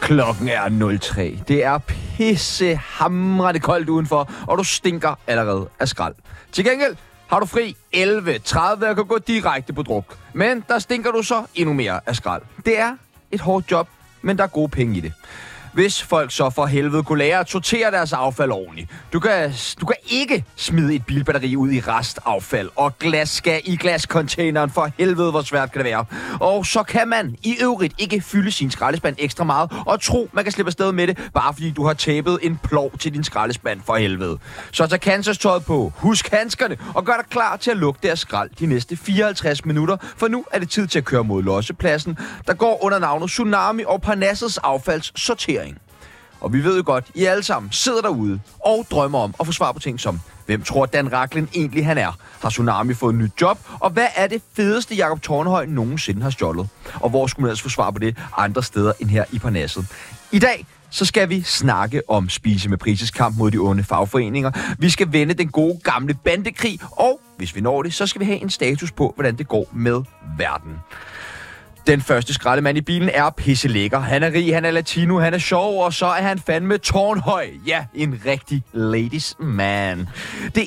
Klokken er 03. Det er pissehamrende koldt udenfor, og du stinker allerede af skrald. Til gengæld har du fri 11.30 og kan gå direkte på druk. Men der stinker du så endnu mere af skrald. Det er et hårdt job, men der er gode penge i det. Hvis folk så for helvede kunne lære at sortere deres affald ordentligt. Du kan ikke smide et bilbatteri ud i restaffald, og glas skal i glascontaineren. For helvede, hvor svært kan det være. Og så kan man i øvrigt ikke fylde sin skraldespand ekstra meget, og tro, man kan slippe afsted med det, bare fordi du har tapet en plov til din skraldespand for helvede. Så tag kansastøjet på, husk handskerne, og gør dig klar til at lugte af skrald de næste 54 minutter, for nu er det tid til at køre mod lossepladsen, der går under navnet Tsunami og Parnassets affaldssortering. Og vi ved jo godt, I alle sammen sidder derude og drømmer om at få svar på ting som: hvem tror Dan Rachlin egentlig han er? Har Tsunami fået et nyt job? Og hvad er det fedeste Jakob Tornhøj nogensinde har stjålet? Og hvor skulle man ellers få svar på det andre steder end her i Parnasset? I dag så skal vi snakke om Spise med Prises kamp mod de onde fagforeninger. Vi skal vende den gode gamle bandekrig, og hvis vi når det, så skal vi have en status på, hvordan det går med verden. Den første skraldemand i bilen er pisselækker. Han er rig, han er latino, han er sjov, og så er han fandme Tornhøj. Ja, en rigtig ladies man. Det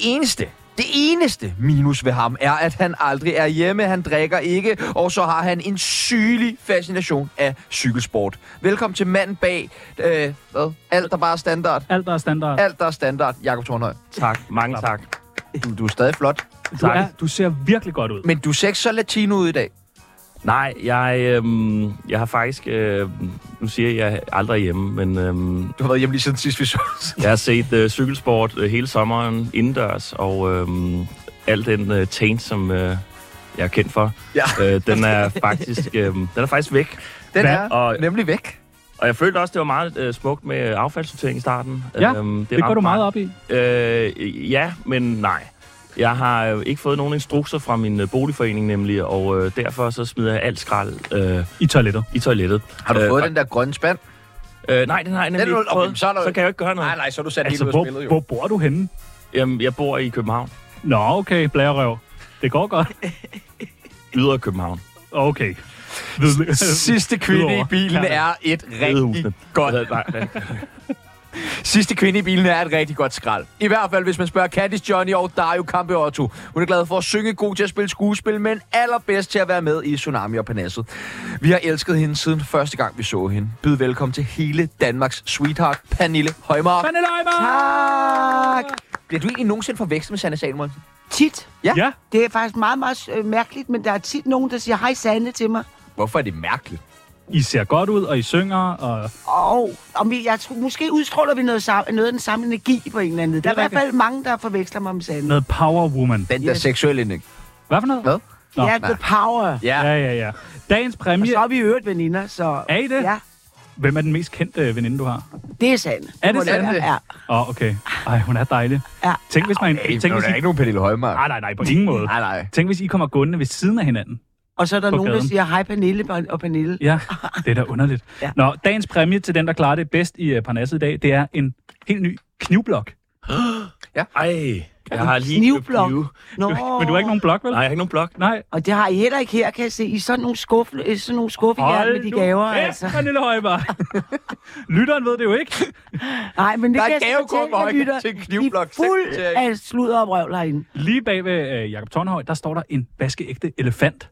eneste minus ved ham er, at han aldrig er hjemme, han drikker ikke, og så har han en sygelig fascination af cykelsport. Velkommen til manden bag, Alt der bare er standard. Alt der er standard. Alt der er standard, Jakob Tornhøj. Tak, mange tak. Du er stadig flot. Du ser virkelig godt ud. Men du ser ikke så latino ud i dag. Nej, jeg har faktisk... nu siger jeg, at jeg aldrig er hjemme, men... Du har været hjemme lige siden sidst, vi så. Jeg har set cykelsport hele sommeren indendørs, og al den taint, som jeg er kendt for, den er faktisk væk. Den er nemlig væk. Og jeg følte også, det var meget smukt med affaldssortering i starten. Ja, det går du meget op i. Ja, men nej. Jeg har ikke fået nogen instrukser fra min boligforening nemlig, og derfor så smider jeg alt skrald i toilettet. Har du fået den der grønne spand? Nej, den har jeg nemlig ikke fået. Så kan jeg jo ikke gøre noget. Nej, så er du sat altså, helt ud af spillet jo. Hvor bor du henne? Jamen, jeg bor i København. Nå, okay, blærerøv. Det går godt. Ydre København. Okay. Sidste kvinde i bilen er et rigtig godt... Sidste kvinde i bilen er et rigtig godt skrald. I hvert fald, hvis man spørger Candice Johnny og Dario Campeotto. Hun er glad for at synge, god til at spille skuespil, men allerbedst til at være med i Tsunami og Parnasset. Vi har elsket hende siden første gang, vi så hende. Byd velkommen til hele Danmarks sweetheart, Pernille Højmark. Pernille Højmark! Tak! Bliver du egentlig nogensinde forvekslet med Sanne Salomonsen? Tit. Ja. Det er faktisk meget, meget mærkeligt, men der er tit nogen, der siger hej Sanne til mig. Hvorfor er det mærkeligt? I ser godt ud, og I synger, og jeg tror, måske udstråler vi noget af den samme energi på en eller anden. Der er i hvert fald mange, der forveksler mig med Sanne. Noget power woman. Den der seksuelle energi. Hvad for noget? Hvad? Ja, the power. Ja. Dagens præmie... Og så er vi øvrigt veninder, så... Er I det? Ja. Hvem er den mest kendte veninde, du har? Det er Sanne. Er det Sanne? Ja. Okay. Ej, hun er dejlig. Ja. Tænk, hvis man... Der er ikke nogen Pernille Højmark. Nej, på ingen måde. Nej. Tænk, hvis I kommer gående ved siden af hinanden. Og så er der nogen, der siger, hej Pernille og Pernille. Ja, det er da underligt. Ja. Nå, dagens præmie til den, der klarer det bedst i Parnasset i dag, det er en helt ny knivblok. Ja. Ej, jeg har lige knivblok. Nå. Men du har ikke nogen blok, vel? Nej, jeg har ikke nogen blok. Nej. Og det har I heller ikke her, kan jeg se. I sådan nogle skuffejern med de gaver, altså. Pernille Højmark. Lytteren ved det jo ikke. Nej, men det der kan jeg fortælle, lytter. Til en knivblok. De er fuld af sludder og brøvl herinde. Lige bag ved Jakob Tornhøj, der står der en vaskeægte elefant.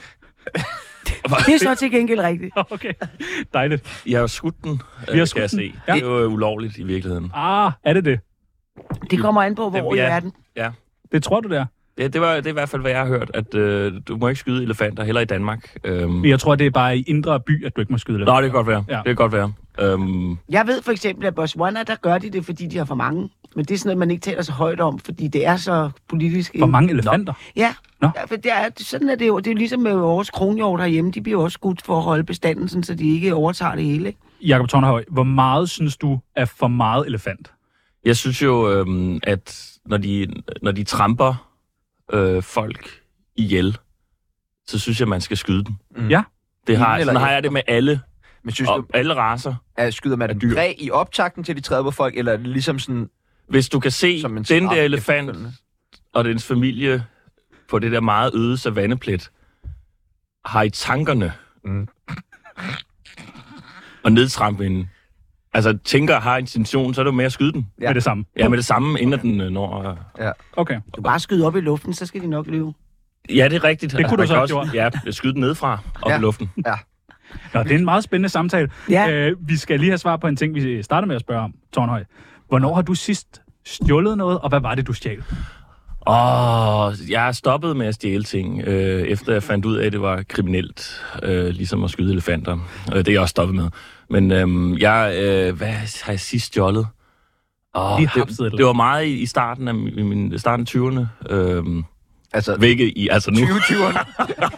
Det er så til gengæld rigtigt. Okay, dejligt. Jeg har skudt den, Vi har skudt kan jeg se. Ja. Det er jo ulovligt i virkeligheden. Er det det? Det kommer an på, hvor i verden. Ja. Det tror du, det er? Det er i hvert fald, hvad jeg har hørt, at du må ikke skyde elefanter, heller i Danmark. Jeg tror, det er bare i indre by, at du ikke må skyde elefanter. Nå, det kan godt være. Ja. Det kan godt være. Jeg ved for eksempel, at Botswana, der gør de det, fordi de har for mange. Men det er sådan noget, man ikke taler så højt om, fordi det er så politisk. For mange elefanter? Ja. Nå. Ja, for sådan er det jo. Det er jo ligesom med vores kronhjort herhjemme. De bliver også skudt for at holde bestanden, sådan, så de ikke overtager det hele. Ikke? Jakob Tornhøj, hvor meget synes du er for meget elefant? Jeg synes jo, at når de tramper folk ihjel, så synes jeg, man skal skyde dem. Mm. Ja. Sådan har jeg det med alle. Men synes du, alle racer. Skyder man dem præg i optakten til de træder på folk, eller er det ligesom sådan... Hvis du kan se den der elefant og dens familie på det der meget øde savanneplet, har i tankerne Og nedtrampe hende. Altså, tænker har intention, så er det jo med at skyde den. Med det samme. Ja, med det samme, inden den når... Ja. Okay. Du bare skyder op i luften, så skal de nok løbe. Ja, det er rigtigt. Det kunne du så have gjort. Ja, skyde den nedefra op i luften. Ja. Nå, det er en meget spændende samtale. Ja. Vi skal lige have svar på en ting, vi starter med at spørge om, Tornhøj. Hvornår har du sidst stjålet noget, og hvad var det, du stjal? Jeg stoppede med at stjæle ting, efter jeg fandt ud af, at det var kriminelt, ligesom at skyde elefanter. Det er jeg også stoppet med. Men hvad har jeg sidst stjålet? Det var meget i starten af starten af 20'erne. Altså, Hvilket i, altså nu. 20'erne.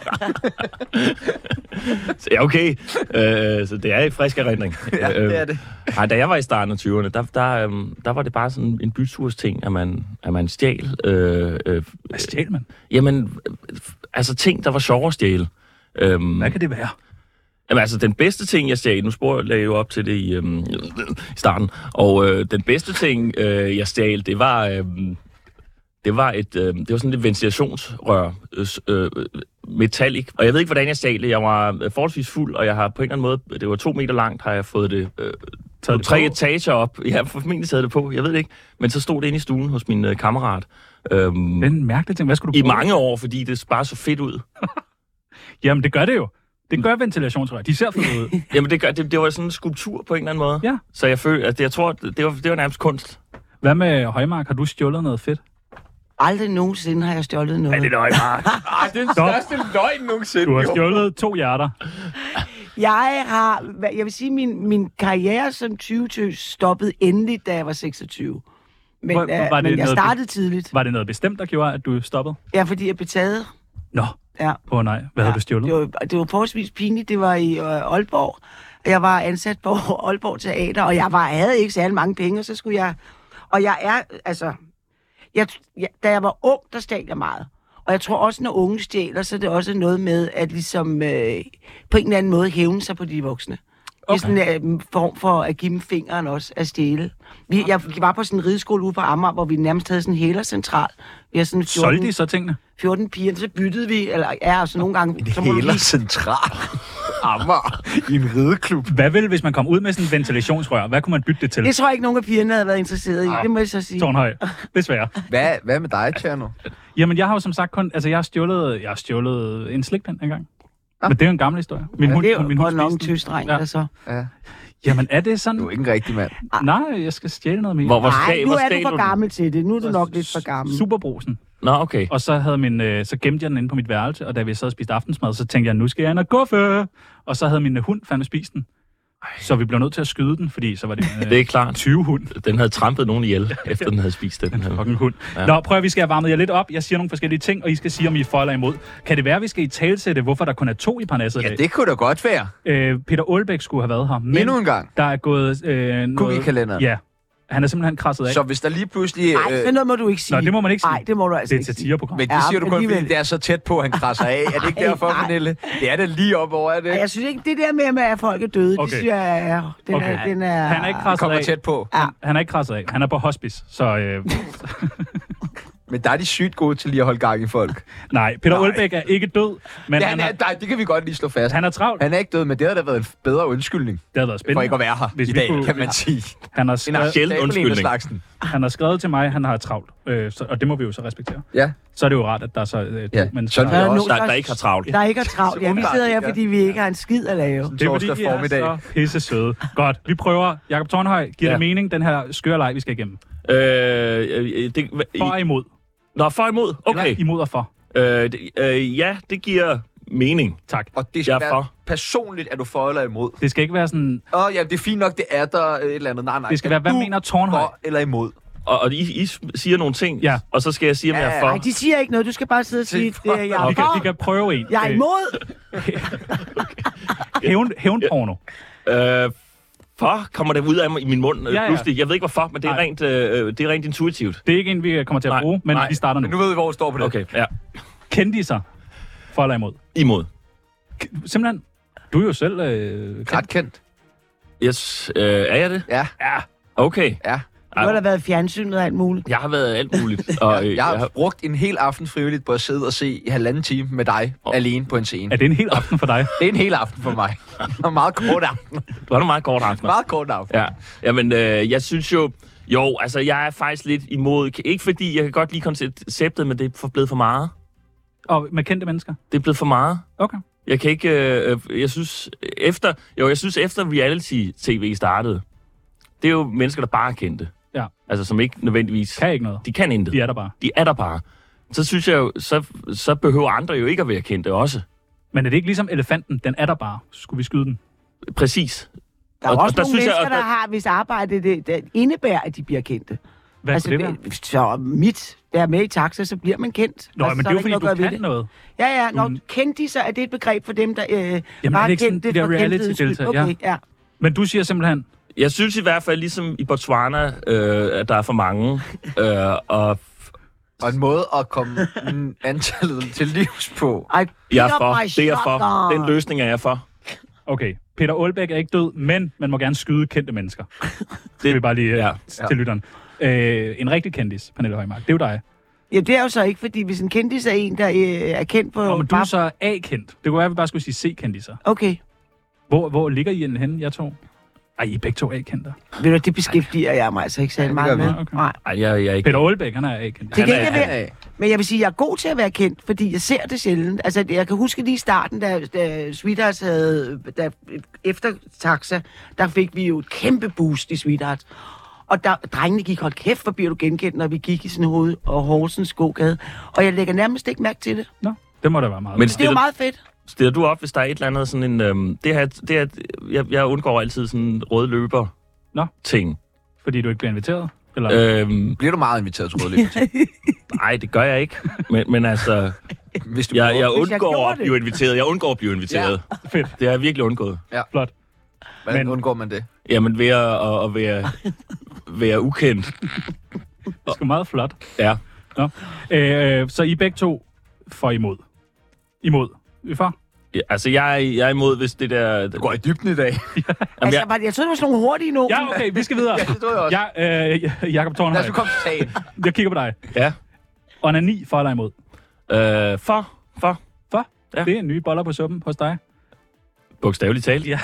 Ja, okay. Så det er i frisk erindring. Ja, det er det. Nej, da jeg var i starten af 20'erne, der var det bare sådan en bytursting, at man stjal. Hvad stjal man? Jamen, altså ting, der var sjovere at stjæle. Hvad kan det være? Jamen, altså, den bedste ting, jeg stjal, nu lagde jeg jo op til det i starten, og den bedste ting, jeg stjal, det var sådan et ventilationsrør, metallic, og jeg ved ikke, hvordan jeg stjal det. Jeg var forholdsvis fuld, og jeg har på en eller anden måde, det var 2 meter langt, har jeg fået det taget 3 etager op. Jeg har formentlig taget det på, jeg ved det ikke. Men så stod det inde i stuen hos min kammerat. Den mærkelige ting, hvad skulle du i bruge? mange år, fordi det bare så fedt ud. Jamen, det gør det jo. Det gør ventilationsrør. De ser fedt ud. Jamen, det var sådan en skulptur på en eller anden måde. Ja. Så jeg følte, at jeg tror, det var nærmest kunst. Hvad med Højmark? Har du stjålet noget fedt? Aldrig nogensinde har jeg stjålet noget. Er det Højmark? Det er den største løgn nogensinde. Du har stjålet 2 hjerter. Jeg vil sige, min karriere som 20-tøs stoppede endelig, da jeg var 26. Men jeg startede tidligt. Var det noget bestemt, der gjorde, at du stoppede? Ja, fordi jeg blev taget. Nå. Ja. Nej. Hvad havde du stjålet? Det var forholdsvis pinligt. Det var i Aalborg. Jeg var ansat på Aalborg Teater, og jeg havde ikke særlig mange penge, og så skulle jeg... Og jeg er, altså... da jeg var ung, der stjal jeg meget. Og jeg tror også, når unge stjæler, så er det også noget med, at ligesom på en eller anden måde hævne sig på de voksne. Okay. Det er sådan en form for at give dem fingeren også at stjæle. Jeg var på sådan en rideskole ude på Amager, hvor vi nærmest havde sådan en hælercentral. Vi har sådan 14, solgte de så tingene? 14 piger, så byttede vi, så nogle gange... En hælercentral? Amager i en rideklub. Hvad vil, hvis man kom ud med sådan en ventilationsrør? Hvad kunne man bytte det til? Det tror jeg ikke, nogen af pigerne havde været interesseret i. Det må jeg så sige. Tornhøj, desværre. Hvad med dig, Tjerno? Jamen, jeg har jo som sagt kun... Altså, jeg har stjålet en slikpind engang. Men det er jo en gammel historie. Min hund, det er jo en lang tøsdreng, der så. Ja. Jamen, er det sådan... Du er ikke en rigtig mand. Nej, jeg skal stjæle noget mere. Nej, nu er du for gammel til det. Nu er du nok lidt for gammel. Superbrusen. Nå, okay. Og så så gemte jeg den inde på mit værelse, og da vi sad og spiste aftensmad, så tænkte jeg, nu skal jeg ind og guffe. Og så havde min hund fandme spist den. Så vi blev nødt til at skyde den, fordi så var det det er klart. 20 hund. Den havde trampet nogen ihjel, efter den havde spist den. En fucking hund. Ja. Nå, prøv at vi skal have varmet jer lidt op. Jeg siger nogle forskellige ting, og I skal sige, om I er for eller imod. Kan det være, at vi skal i talsætte, hvorfor der kun er 2 i Parnasset i dag? Ja, det kunne da godt være. Peter Aalbæk skulle have været her. Men endnu en gang. Der er gået noget... Cookie-kalenderen. Ja. Han er simpelthen krasset af. Så hvis der lige pludselig... Nej, sådan noget må du ikke sige. Nå, det må man ikke sige. Nej, det må du altså ikke sige. Det er et satireprogram. Men det siger du kun, fordi det er så tæt på, at han krasser af. Er det ikke derfor, Pernille? Det er det lige op over, er det? Jeg synes ikke, det der med, at folk er døde, det synes jeg den er... Han er ikke krasset af. Tæt på. Ja. Han er ikke krasset af. Han er på hospice, så... Men der er de sygt gode til lige at holde gang i folk. Nej, Peter Aalbæk er ikke død. Men det kan vi godt lige slå fast. Han er travlt. Han er ikke død, men det havde da været en bedre undskyldning. Det havde været spændende. For ikke at være her i dag, kan man sige. Han har skrevet, undskyldning. Han har skrevet til mig, han har travlt. Og det må vi jo så respektere. Ja. Så er det jo rart, at der er så mennesker, der ikke har travlt. Der ikke har travlt. Ja, vi sidder her, fordi vi ikke har en skid at lave. Det er fordi, I er så pisse søde. Godt, vi prøver. Jakob Tornhøj, giver det mening, den her skøre leg, vi skal igennem? For og imod. Nå, for imod? Okay. Eller imod og for. Ja, det giver mening. Tak. Og det skal være personligt, er du for eller imod? Det skal ikke være sådan... Ja, det er fint nok, det er der et eller andet. Nej. Det skal være, hvad mener Tornhøj? For eller imod? Og I siger nogle ting, og så skal jeg sige, om jeg er for. Nej, de siger ikke noget. Du skal bare sidde og sige, det er jeg for. Vi kan prøve en. Jeg er imod. Hævnporno. For kommer det ud af mig i min mund pludselig. Jeg ved ikke hvorfor, men det er rent intuitivt. Det er ikke en, vi kommer til at bruge, men vi starter nu. Men nu ved vi, hvor vi står på det. Okay, ja. Kendiser. For eller imod? Imod. Simpelthen. Du er jo selv... Ret kendt. Yes. Er jeg det? Ja. Okay. Ja. Du har da været fjernsynet og alt muligt. Jeg har været alt muligt. Og, Jeg har brugt en hel aften frivilligt på at sidde og se i 1,5 time med dig alene på en scene. Er det en hel aften for dig? Det er en hel aften for mig. En meget kort aften. Det var en meget kort aften. Meget kort aften. Ja. Jamen, jeg synes jo, altså jeg er faktisk lidt imod, ikke fordi jeg kan godt lide konceptet, men det er blevet for meget. Og med kendte mennesker? Det er blevet for meget. Okay. Jeg kan ikke, jeg synes efter reality-tv startede, det er jo mennesker, der bare er kendte. Ja. Altså som ikke nødvendigvis... Kan ikke noget. De kan intet. De er der bare. De er der bare. Så synes jeg jo, så behøver andre jo ikke at være kendte også. Men er det ikke ligesom elefanten? Den er der bare. Skulle vi skyde den? Præcis. Der er også der nogle synes jeg, mennesker, der har, hvis arbejde det indebærer, at de bliver kendte. Hvad altså, det være? Så der er med i taxa, så bliver man kendt. Nå, altså, men det er jo fordi, du kan noget. Ja, når kendte, er det et begreb for dem, der bare er kendte for reality-deltager. Okay, ja. Men du siger simpelthen... Jeg synes i hvert fald, ligesom i Botswana, at der er for mange. Og en måde at komme antallet til livs på. Jeg er for. Det er for. Den løsning er jeg for. Okay, Peter Aalbæk er ikke død, men man må gerne skyde kendte mennesker. Det vil bare lige til lytteren. En rigtig kendis, Pernille Højmark. Det er jo dig. Ja, det er jo så ikke, fordi hvis en kendis er en, der er kendt på... Men du er så A-kendt. Det kunne være, at vi bare skulle sige C-kendiser. Okay. Hvor ligger I henne, jeg to? Ej, I er begge to A-kendte. Ved du, det beskæftiger jeg mig altså ikke særlig meget med. Okay. Nej. Ej, jeg er ikke... Peter Aalbæk, han er A-kendt. Det kan ikke være. Men jeg vil sige, at jeg er god til at være kendt, fordi jeg ser det sjældent. Altså, jeg kan huske lige i starten, da Sweethearts havde... Efter Taxa, der fik vi jo et kæmpe boost i Sweethearts. Og drengene gik, hold kæft, hvor bliver du genkendt, når vi gik i sådan hoved og Horsens gågade. Og jeg lægger nærmest ikke mærke til det. Nå, det må da være meget. Men det er jo meget fedt. Stiller du op, hvis der er et eller andet sådan en... Jeg undgår altid sådan en rød løber ting. Fordi du ikke bliver inviteret? Eller? Bliver du meget inviteret til rød løber? Nej, det gør jeg ikke. Men altså... Hvis du jeg undgår at blive inviteret. Jeg undgår at blive inviteret. Ja. Fedt. Det har jeg virkelig undgået. Ja. Flot. Hvordan undgår man det? Jamen ved at være ukendt. Det er sgu meget flot. Ja. Nå. Så I begge to for imod? Imod? Vi for? Ja, altså, jeg er imod, hvis det der... Du går i dybden i dag. Jamen, jeg troede, det var sådan nogle hurtige nu. Ja, okay, vi skal videre. Ja, det tror jeg også. Jakob Tornhøj. Lad os komme til sagen. Jeg kigger på dig. Ja. Onani for eller imod? For. For? Ja. Det er en ny boller på suppen hos dig. Bogstaveligt talt. Ja.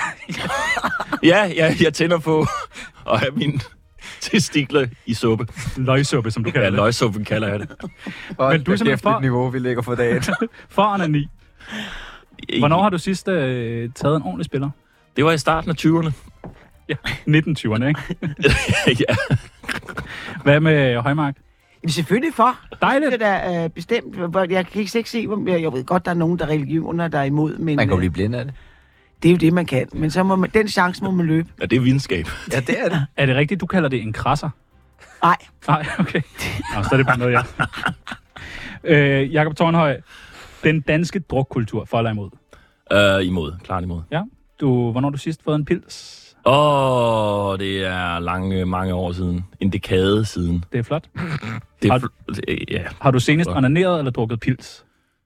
Jeg tænder på at have mine testikler i suppe. Løgsuppe, som du kalder det. Ja, løgsuppe kalder jeg det. Men du er simpelthen for... niveau, vi lægger for dagen. For onani. Hvornår har du sidst taget en ordentlig spiller? Det var i starten af 20'erne. Ja, 1920'erne, ikke? Ja. Hvad med Højmark? Jamen, selvfølgelig for. Dejligt. Det er bestemt. Jeg kan ikke se, jeg ved godt, der er nogen, der er religioner, der er imod. Men, Man kan blive blind af det. Det er jo det, man kan. Men så må man, den chance må man løbe. Ja, det er videnskab. Ja, det er det. Er det rigtigt, du kalder det en krasser? Nej. Nej, okay. Nå, så er det bare noget, jeg... Jakob Tornhøj, den danske drukkultur, for eller imod? Imod. Klart imod. Ja. Hvornår har du sidst fået en pils? Det er mange år siden. En dekade siden. Det er flot. Ja. Har du senest onaneret eller drukket pils?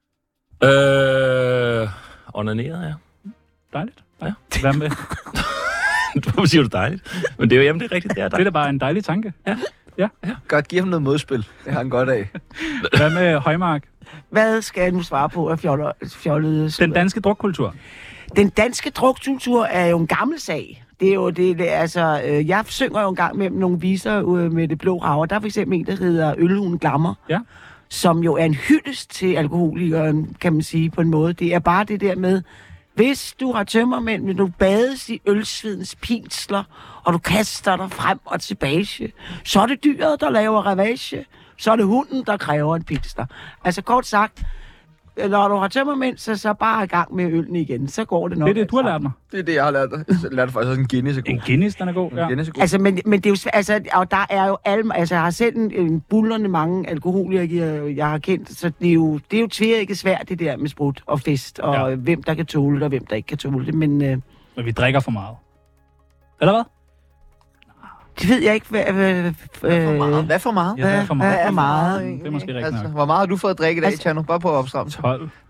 Onaneret, ja. Dejligt. Ja. Hvad med? Hvorfor siger du dejligt? Men det er jo det er rigtigt. Det er Det er da bare en dejlig tanke. Ja. Godt, giv ham noget modspil. Det har han godt af. Hvad med Højmark? Hvad skal jeg nu svare på af fjollede? Den danske drukkultur. Den danske drukkultur er jo en gammel sag. Det er jo det altså, jeg synger jo en gang med nogle viser med Det Blå Hav, der er for eksempel en, der hedder Ølhunden Glammer, som jo er en hyldest til alkoholikeren, kan man sige på en måde. Det er bare det der med, hvis du har tømmermænd, vil du bades i ølsvidens pinsler, og du kaster dig frem og tilbage, så er det dyret, der laver ravage, så er det hunden, der kræver en pinsler. Altså kort sagt, når du har tømmermænd, så bare i gang med øllen igen, så går det nok. Det er det, du har lært mig. Det er det, jeg har lært dig. Jeg lærte faktisk også en Guinness er god. En Guinness, den er god, ja. Altså, men det er jo altså, og der er jo alle, altså jeg har selv en bullerne mange alkoholikere, jeg har kendt, så det er jo tvækket svært, det der med sprut og fest, og hvem der kan tåle det, og hvem der ikke kan tåle det, men vi drikker for meget. Eller hvad? Det ved jeg ikke, hvad for meget? Hvad for meget? Ja, hvad er for meget? Hvad er meget? Det er måske rigtigt altså, nok. Hvor meget har du fået at drikke i dag, Tjerno? Bare på at opstramme. 12. Nej.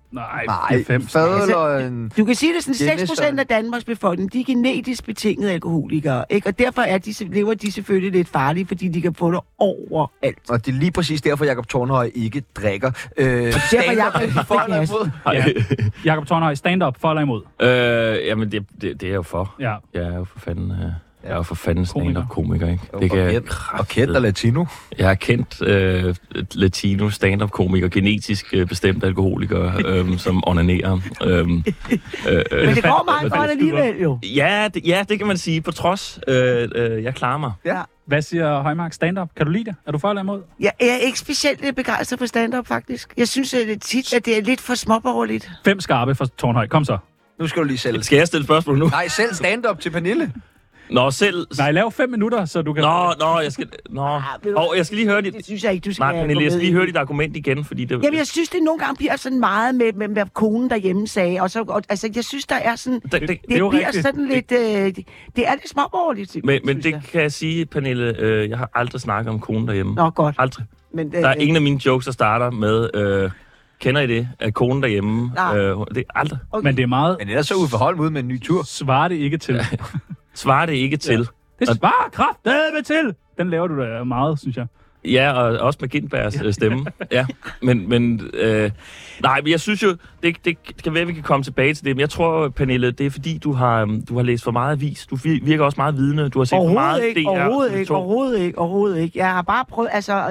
Nej, Nej, 5. fadløgn. Du kan sige det sådan, Guinness 6% af Danmarks befolkning, de er genetisk betingede alkoholikere, ikke? Og derfor lever de selvfølgelig lidt farlige, fordi de kan få det overalt. Og det er lige præcis derfor, Jakob Tornhøj ikke drikker. Derfor jeg ikke for eller imod. Ja. Jakob Tornhøj, stand-up, for eller imod? Jamen, det er jo for. Ja. Jeg er jo for fanden... Jeg er jo for fanden stand-up-komiker, ikke? Det kan og kendt og latino. Jeg er kendt latino stand-up-komiker, genetisk bestemt alkoholiker, som onanerer. Men det går meget godt alligevel, jo. Ja, det kan man sige. På trods, jeg klarer mig. Ja. Hvad siger Højmark? Stand-up? Kan du lide det? Er du for eller imod? Jeg er ikke specielt begejstret for stand-up, faktisk. Jeg synes tit, at det er lidt for småborgerligt. 5 skarpe for Tornhøj. Kom så. Nu skal du lige selv. Skal jeg stille spørgsmål nu? Nej, selv stand-up til Pernille. Nå, selv... Nej, lav 5 minutter, så du kan... Jeg skal... jeg skal lige høre dit... Det synes jeg ikke, du skal... Nej, Pernille, jeg skal lige høre dit argument igen, fordi det... Jamen, jeg synes, det nogle gange bliver sådan meget med hvad konen derhjemme sagde. Altså, jeg synes, der er sådan... Det jo bliver rigtigt. sådan lidt... Det er lidt småborgerligt, Men det kan jeg sige, Pernille, jeg har aldrig snakket om konen derhjemme. Nå, godt. Aldrig. Men, Der er ingen af mine jokes, der starter med... Kender I det? At konen derhjemme... det er aldrig. Okay. Men det er meget... Men ellers så Uffe Holm ud med en ny tur. Svarer det ikke til. Svarer det ikke til. Det svarer kraftedeme til! Den laver du da meget, synes jeg. Ja, og også med Gindbergs stemme. Ja, men jeg synes jo, det kan være, at vi kan komme tilbage til det, men jeg tror, Pernille, det er fordi, du har læst for meget avis. Du virker også meget vidende. Du har set for meget DR. Overhovedet ikke. Jeg har bare prøvet,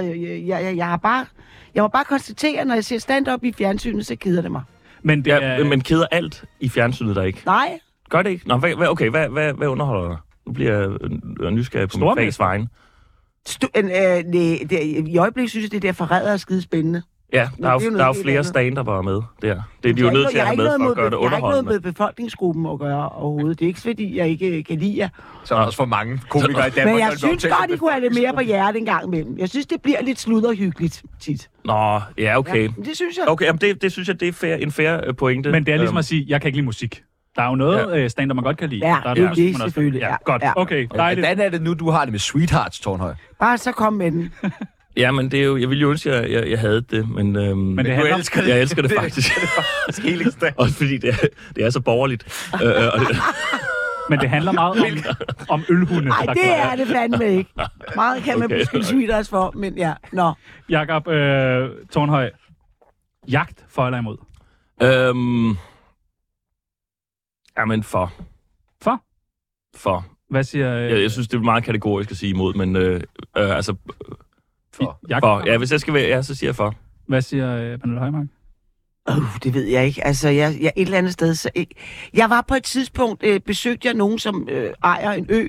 jeg må bare konstatere, når jeg ser stand-up i fjernsynet, så keder det mig. Men det er... men keder alt i fjernsynet der ikke? Nej. Gør det ikke? Nå, hvad underholder dig? Nu bliver jeg nysgerrig på min fags vejen. I øjeblikket synes jeg, det der forræder er skide spændende. Ja, der er jo flere stand-up'ere med der. Det er de jo nødt til at have med for at gøre det underholdende. Jeg har ikke noget med befolkningsgruppen at gøre overhovedet. Det er ikke fordi, jeg ikke kan lide jer. Så er der også for mange komikere i Danmark. Men jeg synes godt, I kunne have lidt mere på hjertet en gang imellem. Jeg synes, det bliver lidt sludderhyggeligt tit. Nå, ja, okay. Ja, det synes jeg. Okay, jamen det synes jeg, det er en fair pointe. Men det er ligesom at sige, jeg kan ikke lide musik. Der er jo noget stand-up, man godt kan lide. Ja, der er det er selvfølgelig. Ja, godt. Okay, dejligt. Hvordan er det nu, du har det med Sweethearts, Tornhøj? Bare så kom med den. Ja, men det er jo... Jeg ville jo ønske, at jeg havde det, men det handler... Jeg elsker det faktisk. Helt ekstremt. Også fordi det er så borgerligt. Men det handler meget om ølhunde. Nej, det er det fandme ikke. Meget kan man beskylde Sweethearts for, men ja, nå. Jakob Tornhøj, jagt for eller imod? Jamen for. For? For. Hvad siger... Jeg synes, det er meget kategorisk at sige imod, men for. Ja, hvis jeg skal være, så siger jeg for. Hvad siger Pernille Højmark? Det ved jeg ikke. Altså, jeg et eller andet sted... Så, jeg var på et tidspunkt... besøgte jeg nogen, som ejer en ø.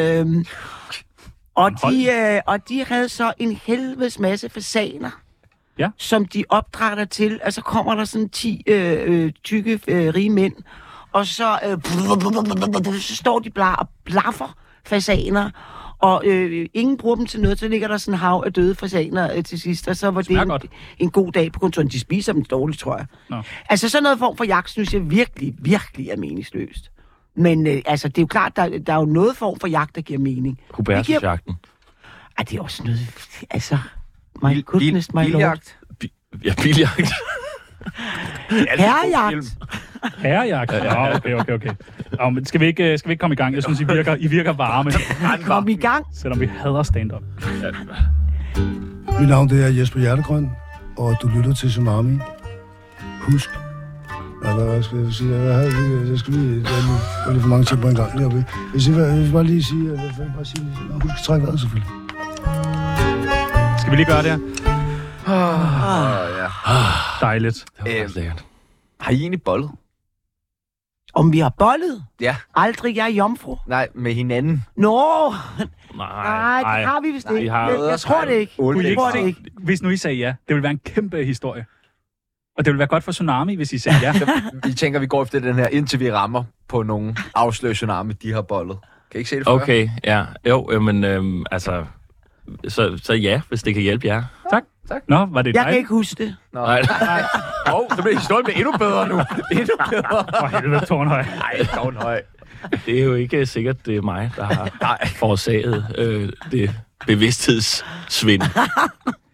Og de havde så en helvedes masse fasaner. Ja. Som de opdrætter til. Og så kommer der sådan 10 tykke rige mænd. Og så står de bare og blaffer fasaner. Og ingen bruger dem til noget, så ligger der sådan en hav af døde fasaner til sidst, og så var det en god dag på kontoret. De spiser dem dårligt, tror jeg. Nå. Altså sådan noget form for jagt, synes jeg virkelig, virkelig er meningsløst. Men altså, det er jo klart, der er jo noget form for jagt, der giver mening. Hubertusjagten. Det er også noget... Altså, my goodness, my lord. Ja, biljagt. Herrejagt. Herrejagt? Ja, okay. Men skal vi ikke komme i gang? Jeg synes, I virker varme. Kom i gang. Selvom vi hader stand-up. Mit navn det er Jesper Hjertegrøn, og du lytter til Tsunami. Husk. Hvad skal jeg sige? Jeg skal lige... Der er lidt for mange ting på en gang. Jeg vil bare lige sige... Husk at trække vejret, selvfølgelig. Skal vi lige gøre det her? Dejligt. Har I egentlig bollet? Om vi har bollet? Ja. Aldrig, jeg er jomfru. Nej, med hinanden. Nå! Nej, det har vi vist ikke. Jeg tror det ikke. Hvis nu I sagde ja, det ville være en kæmpe historie. Og det ville være godt for Tsunami, hvis I sagde ja. I tænker, vi går efter den her, indtil vi rammer på nogen afslører Tsunami, de har bollet. Kan I ikke se det for Okay, ja. Jo, men altså... Så ja, hvis det kan hjælpe jer. Tak. Nå, var det Jeg kan ikke huske det. Nej. Så bliver historien endnu bedre nu. Endnu bedre. For helvede, Tornhøj. Nej, Tornhøj. Det er jo ikke sikkert, det er mig, der har forårsaget det bevidsthedssvind.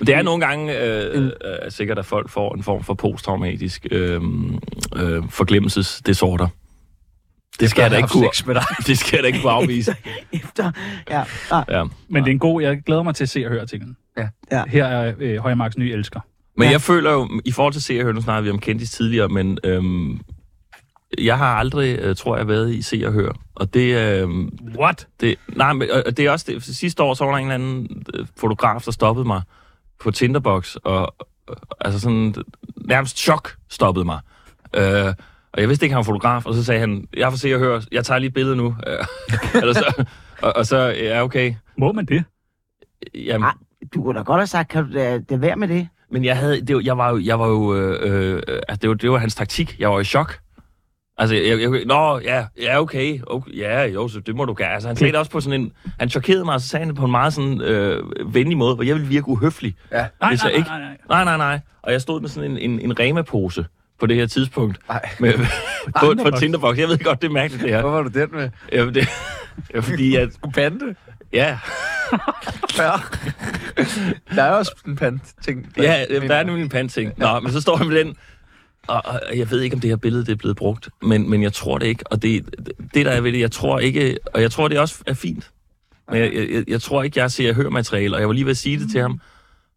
Det er nogle gange sikkert, at folk får en form for posttraumatisk forglemmelsesdisorder. Det skal jeg da ikke kunne afvise. Efter, ja. Men det er en god... Jeg glæder mig til at se og høre tingene. Ja. Her er Højmarks nye elsker. Men jeg føler jo, i forhold til Se og Hør, nu snakker vi om Kendis tidligere, men jeg har aldrig, tror jeg, været i Se og Hør. Og det... What? Nej, men det er også det. Sidste år, så var der en eller anden fotograf, der stoppede mig på Tinderbox, og altså sådan nærmest chok stoppede mig. Og jeg vidste ikke, han var fotograf, og så sagde han, jeg får Se og Hør, jeg tager lige et billede nu. Eller så, og så, ja, okay. Må man det? Jamen, Du kunne da godt have sagt, kan du da være med det? men jeg var jo hans taktik. Jeg var i chok. Altså, okay, ja, jo, så det må du gøre. Altså, han sagde det også på sådan en... Han chokerede mig, og så sagde han det på en meget sådan venlig måde, hvor jeg ville virke uhøflig. Ja. Nej. Og jeg stod med sådan en Rema-pose på det her tidspunkt. På Tinderbox. Jeg ved godt, det er mærkeligt, det her. Hvor var du den med? Ja, det er fordi, at... Skulle pante? Ja. Ja. Der er også en pant-ting. Ja, der er nemlig en pant-ting. Nå, men så står han med den... Og jeg ved ikke, om det her billede det er blevet brugt, men jeg tror det ikke. Og det der er ved det, jeg tror ikke... Og jeg tror, det også er fint. Men jeg tror ikke, jeg ser hørmateriale, og jeg var lige ved at sige det til ham.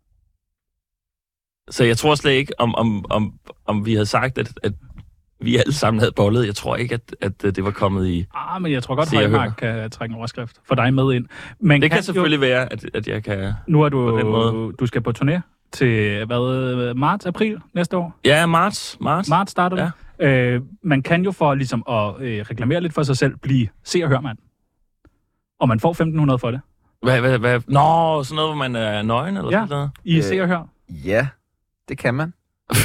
Så jeg tror slet ikke, om vi havde sagt, at vi alle sammen havde bollet. Jeg tror ikke, at det var kommet i... Men jeg tror godt, Højmark kan trække en overskrift for dig med ind. Men det kan selvfølgelig være, at jeg kan... Nu er du skal på turné til, marts, april næste år? Ja, marts. Marts starter det. Ja. Man kan jo for ligesom at reklamere lidt for sig selv blive Se og Hør-mand. Og man får 1.500 for det. Hvad? Nå, sådan noget, hvor man er nøgen eller sådan noget? I Se og Hør. Ja, det kan man.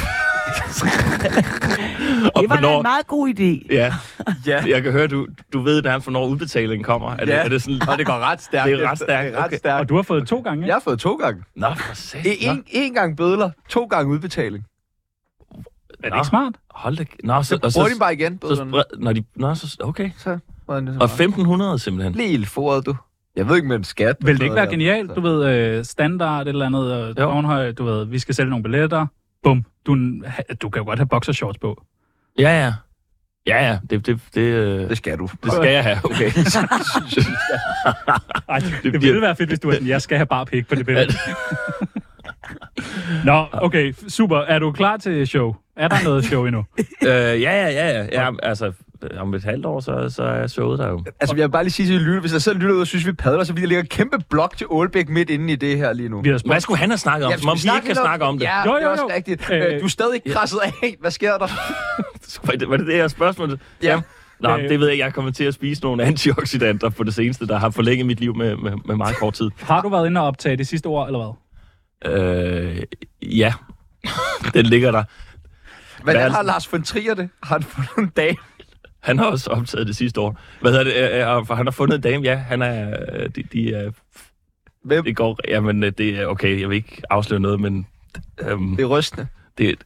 Det var da en meget god idé. Ja. Jeg kan høre, du ved, der hvornår udbetalingen kommer. Er det sådan... Og det går ret stærkt. Det er ret stærkt. Okay. Og du har fået 2 gange, ikke? Jeg har fået 2 gange. Nå, for satan. En gang bødler, 2 gange udbetaling. Er det ikke smart? Hold da... Nå, så bruger de bare igen, bødlerne. Okay. Så og 1.500 simpelthen. Lige foret, du. Jeg ved ikke med en skat. Vil det ikke være genialt? Du ved, standard eller andet, Bornhøj, du ved, vi skal sælge nogle billetter. Bum. Du kan jo godt have boxershorts på. Ja. Det skal du. Det skal jeg have, okay. Ej, det ville være fedt, hvis du var sådan, jeg skal have bare pik på det billede. Nå, okay, super. Er du klar til show? Er der noget show endnu? Ja, altså... Om et halvt år, så er showet der jo. Altså, jeg vil bare lige sige til lytter, hvis jeg selv lytter ud og synes, vi padler, så vil der ligge et kæmpe blok til Ålbæk midt inde i det her lige nu. Hvad skulle han have snakket om? Som om vi ikke kan snakke om det. Ja, det er også rigtigt. Du er stadig krasset af. Hvad sker der? Var det her spørgsmål? Ja. Nå, det ved jeg. Jeg kommer til at spise nogle antioxidanter på det seneste, der har forlænget mit liv med meget kort tid. Har du været inde og optage det sidste år, eller hvad? Ja. Den ligger der. Hvordan har Lars von Trier det? Har han fundet en dame? Han har også optaget det sidste år. Hvad hedder det? Han har fundet en dame, ja. Han er... De er... Hvem? Det går... Jamen, det er... Okay, jeg vil ikke afsløre noget, men... det er rystende. Det...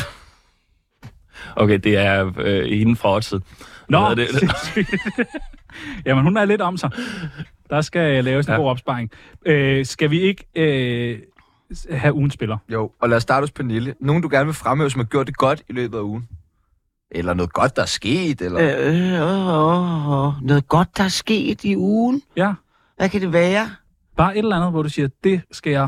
Okay, det er hende fra Odset. Nå! Jamen, hun er lidt om sig. Der skal laves en god opsparing. Skal vi ikke have ugens spiller? Jo, og lad os starte hos Pernille. Nogen, du gerne vil fremhæve, som har gjort det godt i løbet af ugen? Eller noget godt, der er sket? Eller... Noget godt, der er sket i ugen? Ja. Hvad kan det være? Bare et eller andet, hvor du siger, det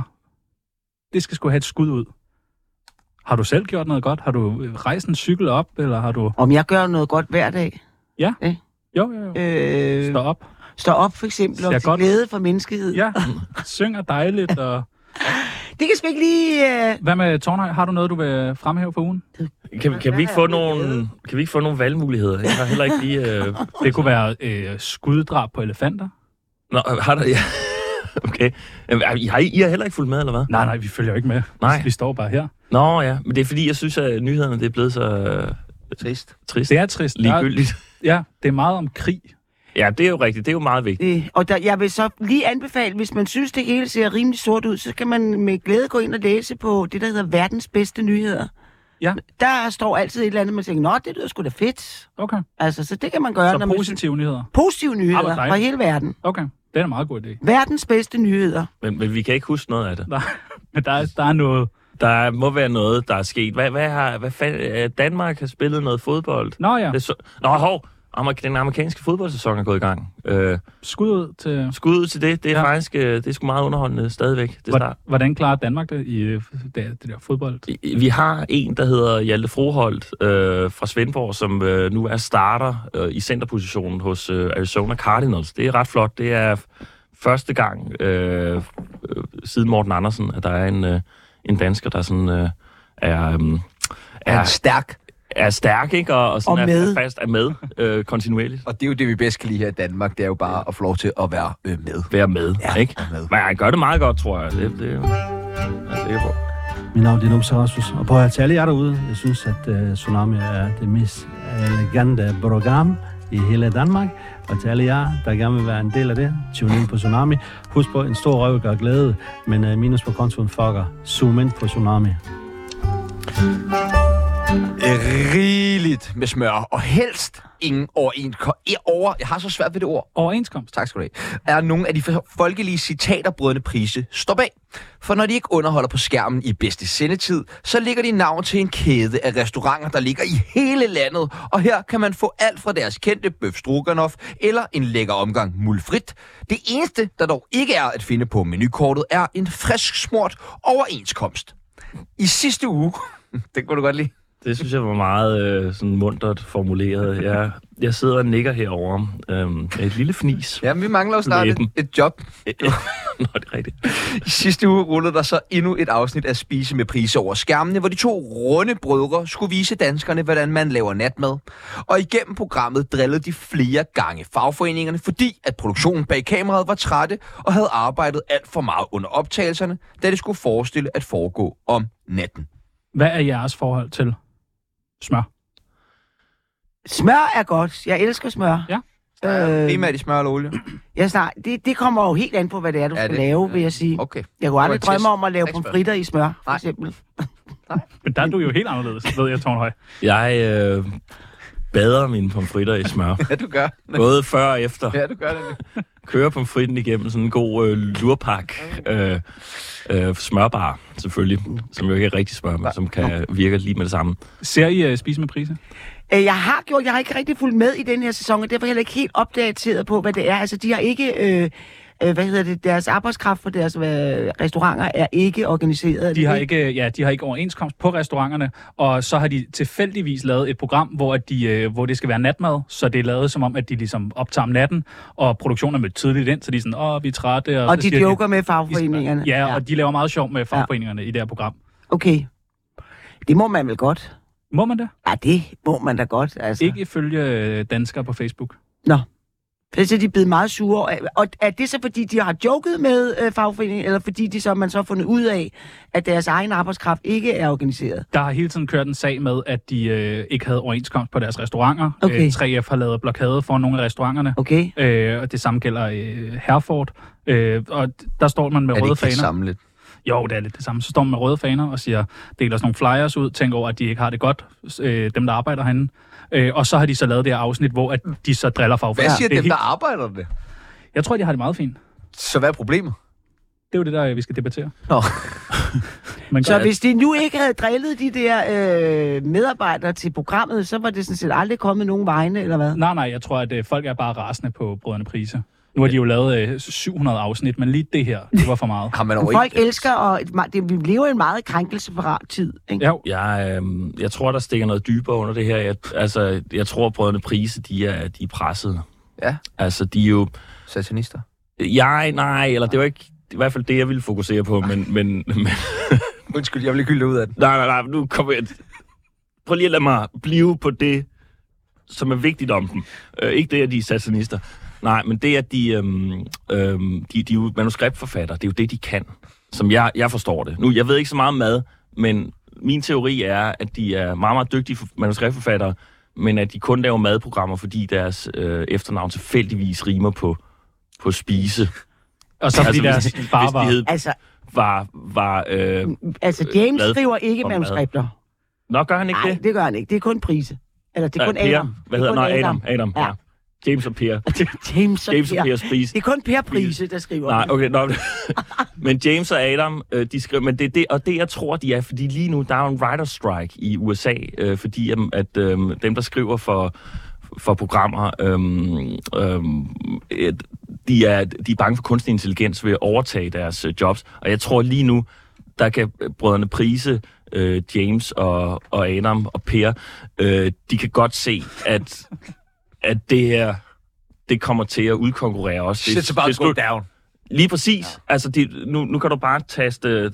skal sgu have et skud ud. Har du selv gjort noget godt? Har du rejst en cykel op, eller har du... Om jeg gør noget godt hver dag? Ja. Jo. Stå op. Stå op, for eksempel, og til glæde for menneskehed. Ja, synger dejligt, og... Det kan sgu ikke lige... Hvad med Tornhøj? Har du noget, du vil fremhæve for ugen? Kan vi ikke få nogle valgmuligheder? Jeg har heller ikke lige... Det kunne være skuddrab på elefanter. Nå, har der... Ja. Okay. I har heller ikke fulgt med, eller hvad? Nej, vi følger jo ikke med. Nej. Vi står bare her. Nå ja, men det er fordi, jeg synes, at nyhederne det er blevet så... Trist. Det er trist. Ligegyldigt. Ja, det er meget om krig. Ja, det er jo rigtigt. Det er jo meget vigtigt. Og jeg vil så lige anbefale, hvis man synes, det hele ser rimelig sort ud, så kan man med glæde gå ind og læse på det, der hedder verdens bedste nyheder. Ja. Der står altid et eller andet, man tænker, nå, det lyder sgu da fedt. Okay. Altså, så det kan man gøre. Så positive nyheder? Positive nyheder fra hele verden. Okay, det er en meget god idé. Verdens bedste nyheder. Men vi kan ikke huske noget af det. Nej. Men der er noget... Der må være noget, der er sket. Danmark har spillet noget fodbold. Nå ja. Den amerikanske fodboldsæson er gået i gang. Skud ud til det. Det er faktisk det er sgu meget underholdende stadigvæk. Hvordan klarer Danmark det i det der fodbold? Vi har en, der hedder Hjalte Froholt fra Svendborg, som nu er starter i centerpositionen hos Arizona Cardinals. Det er ret flot. Det er første gang siden Morten Andersen, at der er en dansker, der sådan er stærk. Er stærk, ikke? Og sådan med. Er med kontinuerligt. Og det er jo det, vi bedst kan lide her i Danmark. Det er jo bare at få lov til at være med. Være med, ja, ikke? Med. Men han gør det meget godt, tror jeg. Det er jeg sikker på. Mit navn er Numse Rasmus, og prøv at tale jer derude. Jeg synes, at Tsunami er det mest elegante program i hele Danmark. Og til alle jer, der gerne vil være en del af det, tune ind på Tsunami. Husk på, en stor røv gør glæde, men minus på kontoen fucker. Zoom ind på Tsunami. Rigeligt med smør, og helst ingen jeg har så svært ved det ord. Overenskomst. Tak skal du have. Er nogle af de folkelige citater Brødrene Price står bag. For når de ikke underholder på skærmen i bedste sendetid, så ligger de navn til en kæde af restauranter, der ligger i hele landet. Og her kan man få alt fra deres kendte bøf stroganoff eller en lækker omgang mulfrit. Det eneste, der dog ikke er at finde på menukortet, er en frisk smurt overenskomst. I sidste uge, det kunne du godt lide. Det synes jeg var meget sådan muntert formuleret. Jeg sidder og nikker herovre. Et lille fnis. Ja, vi mangler jo snart et job. Nå, det er rigtigt. I sidste uge rullede der så endnu et afsnit af Spise med Price over skærmene, hvor de to runde brødre skulle vise danskerne, hvordan man laver natmad. Og igennem programmet drillede de flere gange fagforeningerne, fordi at produktionen bag kameraet var trætte og havde arbejdet alt for meget under optagelserne, da det skulle forestille at foregå om natten. Hvad er jeres forhold til smør? Smør er godt. Jeg elsker smør. Ja. Primært i smør eller olie? Det kommer jo helt an på, hvad det er, du skal lave, vil jeg sige. Okay. Jeg kunne aldrig drømme om at lave pomfritter i smør, for eksempel. Men der er du jo helt anderledes, ved jeg, Tårnhøj. Jeg bader mine pomfritter i smør. Ja, du gør. Både før og efter. Ja, du gør det. Kører pomfritten igennem sådan en god lurpak. Smørbar, selvfølgelig. Som jo ikke er rigtig smør, men som kan virke lige med det samme. Ser I Spise med Price? Jeg har ikke rigtig fulgt med i den her sæson, og derfor heller ikke helt opdateret på, hvad det er. Altså, de har ikke... deres arbejdskraft for deres restauranter er ikke organiseret. De har ikke overenskomst på restauranterne, og så har de tilfældigvis lavet et program, hvor det skal være natmad, så det er lavet som om, at de ligesom optager om natten, og produktionen er mødt tidligt ind, så de er sådan, vi er trætte. Og de joker med fagforeningerne. Ja, og de laver meget sjov med fagforeningerne i det her program. Okay. Det må man vel godt? Må man det? Ja, det må man da godt. Altså. Ikke ifølge danskere på Facebook. Nå. Så er de blevet meget sure. Og er det så, fordi de har joket med fagforeningen, eller fordi man så har fundet ud af, at deres egen arbejdskraft ikke er organiseret? Der har hele tiden kørt en sag med, at de ikke havde overenskomst på deres restauranter. Okay. 3F har lavet blokade for nogle af restauranterne. Okay. Og det samme gælder Herford. Og der står man med røde faner. Er det ikke lidt? Jo, det er lidt det samme. Så står man med røde faner og siger, deler sådan nogle flyers ud, tænker over, at de ikke har det godt, dem der arbejder herinde. Og så har de så lavet det her afsnit, hvor at de så driller fagforeninger. Hvad siger dem, der arbejder det? Jeg tror, de har det meget fint. Så hvad er problemet? Det er jo det, der vi skal debattere. Nå. Så hvis de nu ikke havde drillet de der medarbejdere til programmet, så var det sådan set aldrig kommet nogen vegne, eller hvad? Nej, jeg tror, at folk er bare rasende på Brødrene Price. Nu har de jo lavet 700 afsnit, men lige det her, det var for meget. Folk elsker, og vi lever i en meget krænkelseparat tid, ikke? Jo. Jeg tror, der stikker noget dybere under det her. Jeg tror, at Brødrene Price, de er presset. Ja. Altså, de er jo... Satanister? Nej, eller det var ikke i hvert fald det, jeg ville fokusere på, men... Undskyld, jeg vil ikke hylde ud af det. Nej, nu kommer jeg... Prøv lige at lade mig blive på det, som er vigtigt om dem. Ikke det, at de er satanister. Nej, men det, at de er jo manuskriptforfattere, det er jo det, de kan, som jeg forstår det. Nu, jeg ved ikke så meget om mad, men min teori er, at de er meget, meget dygtige manuskriptforfattere, men at de kun laver madprogrammer, fordi deres efternavn tilfældigvis rimer på spise. Og så fordi deres far var... Altså, James skriver ikke manuskripter. Nå, gør han ikke det? Nej, det gør han ikke. Det er kun Price. Eller det er kun Adam. Hvad hedder han? Adam. Ja. James og Per. James og Pers pris. Det er kun Per Prise, der skriver. Nej, okay. Men James og Adam, de skriver, men det er det, og det jeg tror, de er, fordi lige nu, der er en writer strike i USA, fordi at dem, der skriver for programmer, de er bange for kunstig intelligens ved at overtage deres jobs, og jeg tror lige nu, der kan brødrene Prise, James og Adam og Per, de kan godt se, at det her, det kommer til at udkonkurrere os. Shit's about to go down. Lige præcis. Ja. Altså, nu kan du bare taste,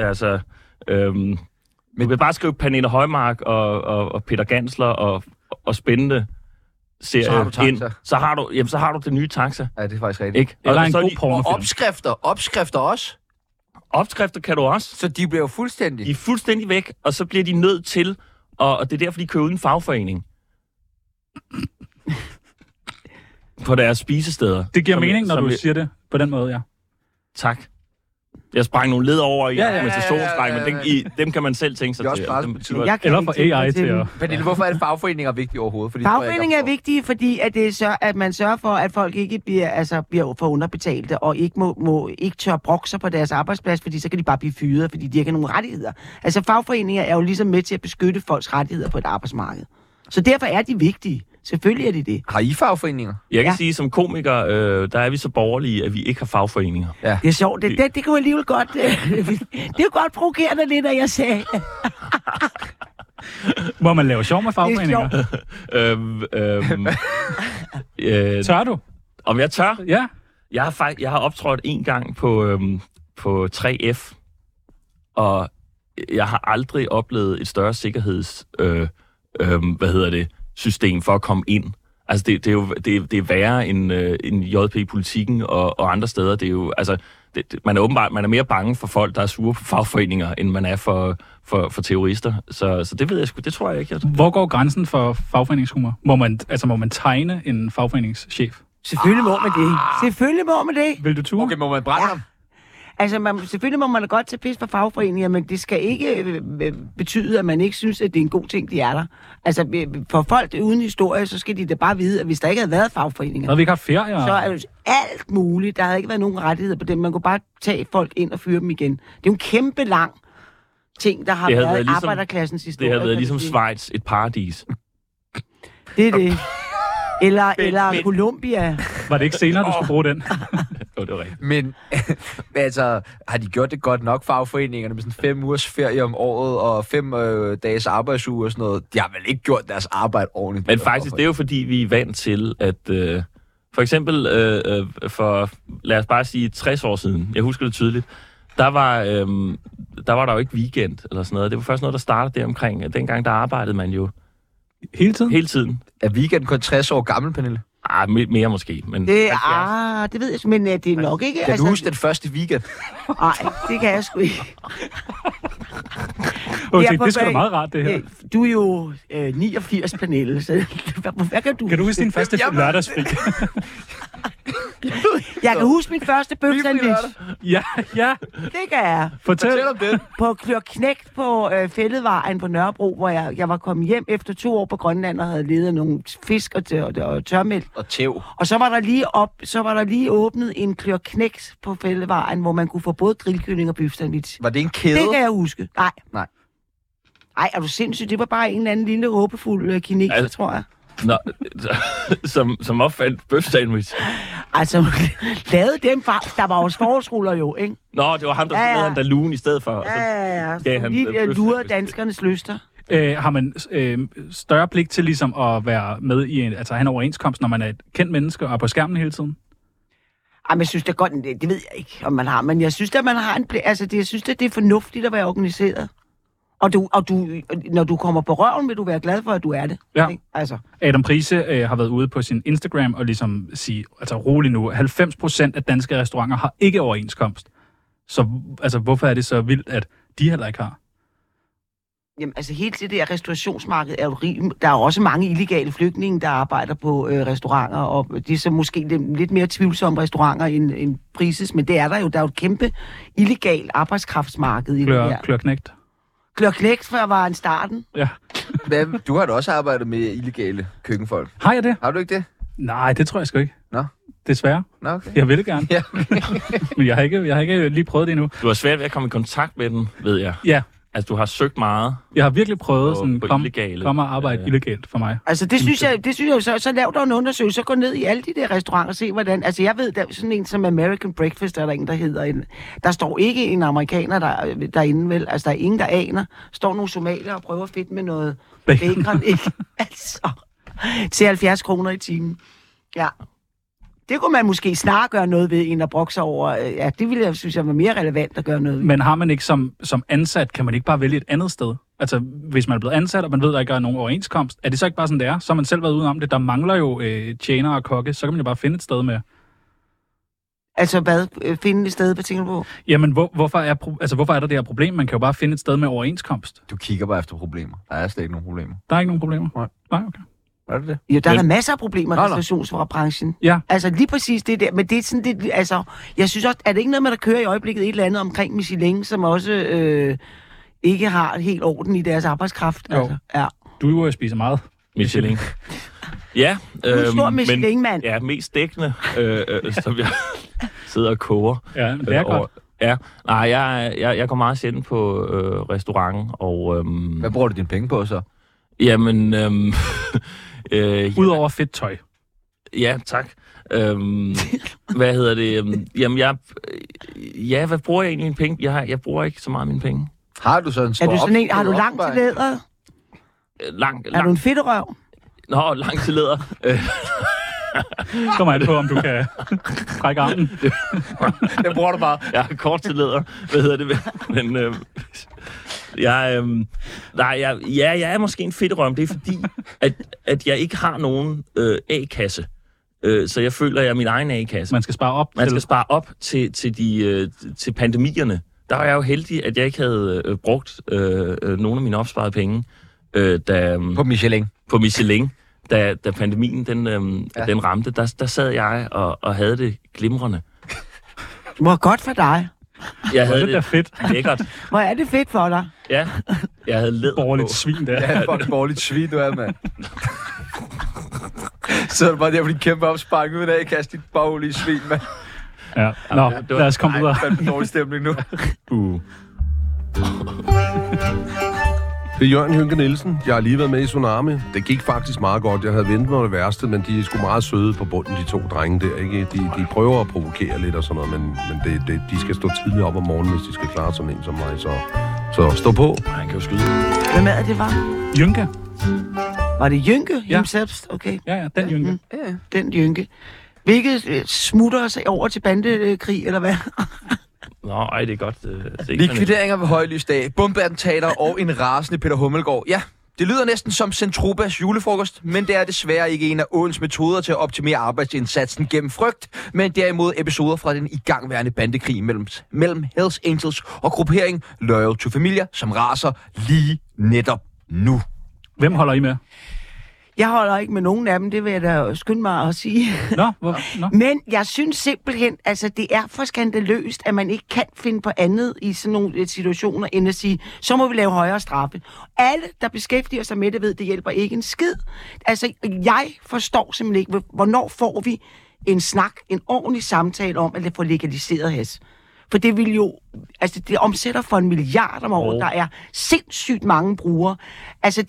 du kan bare skrive Pernille Højmark og Peter Gansler og spændende serier ind. Så har du det nye Taxa. Ja, det er faktisk rigtigt. Ikke? Eller en god Og pornofilm. opskrifter også. Opskrifter kan du også. Så de bliver jo fuldstændig... De er fuldstændig væk, og så bliver de nødt til, og det er derfor, de kører uden fagforening. På deres spisesteder. Det giver mening, når du siger det på den måde, ja. Tak. Jeg sprang nogle led over i argumentationsstreng, ja. men dem kan man selv tænke sig til. Eller for AI til at... Pernille, hvorfor er det fagforeninger vigtige overhovedet? Fordi fagforeninger er vigtige, fordi at man sørger for, at folk ikke bliver for underbetalte, og ikke tør brokke sig på deres arbejdsplads, fordi så kan de bare blive fyret, fordi de ikke har nogen rettigheder. Altså fagforeninger er jo ligesom med til at beskytte folks rettigheder på et arbejdsmarked. Så derfor er de vigtige. Selvfølgelig er det. Har I fagforeninger? Jeg kan sige, som komiker, der er vi så borgerlige, at vi ikke har fagforeninger. Ja. Det er sjovt. Det kan jo alligevel godt... det er jo godt provokerende lidt, at jeg sagde. Må man lave sjov med fagforeninger? Tør du? Om jeg tør? Ja. Jeg har optrådt en gang på 3F, og jeg har aldrig oplevet et større sikkerheds... system for at komme ind. Altså, det er værre end JP i politikken og andre steder. Det er jo, altså, man er mere bange for folk, der er sure på fagforeninger, end man er for terrorister. Så det ved jeg sgu, det tror jeg ikke. Hvor går grænsen for fagforeningshumor? Må man tegne en fagforeningschef? Selvfølgelig må man det. Selvfølgelig må man det. Vil du ture? Okay, må man brænde ham? Altså, selvfølgelig må man godt tage pis for fagforeninger, men det skal ikke betyde, at man ikke synes, at det er en god ting, de er der. Altså, for folk uden historie, så skal de da bare vide, at hvis der ikke havde været fagforeninger, havde vi ikke haft ferier? Så er det alt muligt. Der havde ikke været nogen rettigheder på dem. Man kunne bare tage folk ind og fyre dem igen. Det er jo en kæmpe lang ting, der har været ligesom, arbejderklassens historie. Det har været ligesom Schweiz, et paradis. Det er det. Eller Colombia. Var det ikke senere, du skulle bruge den? Det var rigtigt. Men altså, har de gjort det godt nok, fagforeningerne, med sådan 5 ugers ferie om året og 5 dages arbejdsuge og sådan noget? De har vel ikke gjort deres arbejde ordentligt? Men faktisk, det er jo fordi, vi er vant til, at for eksempel for, lad os bare sige, 60 år siden, jeg husker det tydeligt, der var der jo ikke weekend eller sådan noget. Det var først noget, der startede der omkring. Dengang, der arbejdede man jo hele tiden. Hele tiden. Er weekenden kun 60 år gammel, Pernille? Mere måske. Men det ved jeg, men det er nok ikke... Kan du huske den første weekend? Nej, det kan jeg sgu ikke. Det skal da meget rart, det her. Du er jo 89, Pernille, så hvad kan du... Kan du huske din første lørdagsfri? Jeg kan huske min første bøfsandwich. Ja. Det kan jeg. Fortæl om det. På Klør Knægt på Fælledvejen på Nørrebro, hvor jeg var kommet hjem efter 2 år på Grønland og havde ledet nogle fisk og tørmælk. Og tæv. Og så var der lige åbnet en Klør Knægt på Fælledvejen, hvor man kunne få både grillkylling og bøfsandwich. Var det en kæde? Det kan jeg huske. Nej. Ej, er du sindssygt? Det var bare en eller anden lille håbefuld kineser, tror jeg. Nå, som opfandt bøfsandwich. Altså, lavede dem fra... Der var også forårsruller jo, ikke? Nå, det var ham, der lavede han Dalun i stedet for. Ja. De lurede danskernes lyster. Har man større pligt til ligesom at være med i en overenskomst, når man er et kendt menneske og er på skærmen hele tiden? Jamen, jeg synes da godt, det ved jeg ikke, om man har, men jeg synes da, man har jeg synes da, det er fornuftigt at være organiseret. Og når du kommer på røven, vil du være glad for, at du er det. Ja. Ikke? Altså. Adam Prise har været ude på sin Instagram og ligesom sige, altså rolig nu, 90% af danske restauranter har ikke overenskomst. Så altså, hvorfor er det så vildt, at de heller ikke har? Jamen, altså helt det der restaurationsmarked er jo der er også mange illegale flygtninge, der arbejder på restauranter, og det er så måske lidt mere tvivlsomme restauranter end Prises, men det er der jo. Der er jo et kæmpe illegal arbejdskraftsmarked i det her. Klør Knægt. Klør Knægt var en starten. Ja. Du har da også arbejdet med illegale køkkenfolk. Har jeg det? Har du ikke det? Nej, det tror jeg sgu ikke. Nå? Desværre. Nå, okay. Jeg vil det gerne. Ja. Men jeg har ikke lige prøvet det endnu. Du har svært ved at komme i kontakt med den, ved jeg. Ja, Altså, du har søgt meget. jeg har virkelig prøvet sådan på komme illegale. og arbejde illegalt for mig. Altså, det synes jeg så lav der en undersøgelse, så gå ned i alle de der restauranter og se, hvordan... Altså, jeg ved, der er sådan en som American Breakfast, er der en, der hedder... Der står ikke en amerikaner derinde, vel? Altså, der er ingen, der aner. Står nogle somalier og prøver fedt med noget bacon, ikke? Altså, til 70 kroner i timen. Ja. Det kunne man måske snart gøre noget ved, end at brokse over. Ja, det ville jeg synes, jeg var mere relevant at gøre noget ved. Men har man ikke som ansat, kan man ikke bare vælge et andet sted? Altså, hvis man er blevet ansat, og man ved, der ikke er nogen overenskomst, er det så ikke bare sådan, det er? Så har man selv været ude om det. Der mangler jo tjenere og kokke, så kan man jo bare finde et sted med. Altså hvad? Finde et sted, hvad tænker du på? Jamen, hvorfor er der det her problem? Man kan jo bare finde et sted med overenskomst. Du kigger bare efter problemer. Der er slet ikke nogen problemer. Der er ikke nogen problemer? Nej. Okay. Er det det? Jo, der er masser af problemer i restaurationsbranchen. Ja. Altså lige præcis det der, men det er sådan det, altså, jeg synes også, er det ikke noget med, der kører i øjeblikket et eller andet omkring Michelin, som også ikke har helt orden i deres arbejdskraft? Jo. Altså, ja. Du spiser meget Michelin. Ja. Du er stor Michelin-mand. Ja, mest dækkende, som jeg sidder og koger. Ja, det er godt. Ja, nej, jeg går meget sjældent på restaurant, og... Hvad bruger du dine penge på så? Jamen... Udover fedt tøj. Ja, tak. Hvad hedder det? Jamen, hvad bruger jeg egentlig mine penge? Jeg bruger ikke så meget mine penge. Har du så en stor Er du sådan en, har du langt til læder? Er du en fedterøv? Nå, langt til læder. Kommer det på, om du kan trække armen. Den bruger du bare. Jeg har kort til læder. Hvad hedder det? Men jeg er måske en fedterøv. Det er fordi, at jeg ikke har nogen A-kasse. Så jeg føler, at jeg er min egen A-kasse. Man skal spare op. Man skal spare op til pandemierne. Der var jeg jo heldig, at jeg ikke havde brugt nogle af mine opsparede penge. På Michelin. På Michelin. Da pandemien den ramte, der sad jeg og havde det glimrende. Hvor godt for dig. Jeg havde det fedt. Lækkert. Hvor er det fedt for dig. Ja, jeg havde læder borgerligt på. Svin der. Ja, for et borgerligt svin, du er, mand. Så er det bare der, hvor de kæmpe opsparing ud af, kaste dit borgerlige svin, mand. Ja, nå, lad os komme videre. Nej, det er en dårlig stemning nu. Det er Jørgen Hynke Nielsen. Jeg har lige været med i Tsunami. Det gik faktisk meget godt. Jeg havde ventet mig det værste, men de er sgu meget søde på bunden, de to drenge der. Ikke? De prøver at provokere lidt og sådan noget, men de skal stå tidligt op om morgenen, hvis de skal klare sådan en som mig. Så stå på. Han kan jo skyde. Hvem er det, var? Jynke. Var det Jynke? Ja. Himself? Okay. Ja, den Jynke. Mm-hmm. Den Jynke. Hvilket smutter sig over til bandekrig, eller hvad? Nå, ej, det er godt. Likvideringer ved højlysdag, bombeattentater og en rasende Peter Hummelgaard. Ja, det lyder næsten som Centrobas julefrokost, men det er desværre ikke en af Ålens metoder til at optimere arbejdsindsatsen gennem frygt, men derimod episoder fra den igangværende bandekrig mellem Hells Angels og gruppering Loyal to Familia, som raser lige netop nu. Hvem holder I med? Jeg holder ikke med nogen af dem, det vil jeg da skynde mig at sige. Nå. Men jeg synes simpelthen, altså det er for skandaløst, at man ikke kan finde på andet i sådan nogle situationer, end at sige, så må vi lave højere straffe. Alle, der beskæftiger sig med det, ved, det hjælper ikke en skid. Altså, jeg forstår simpelthen ikke, hvornår får vi en snak, en ordentlig samtale om at få legaliseret hash. For det vil jo, altså det omsætter for 1 milliard om året, der er sindssygt mange brugere. Altså,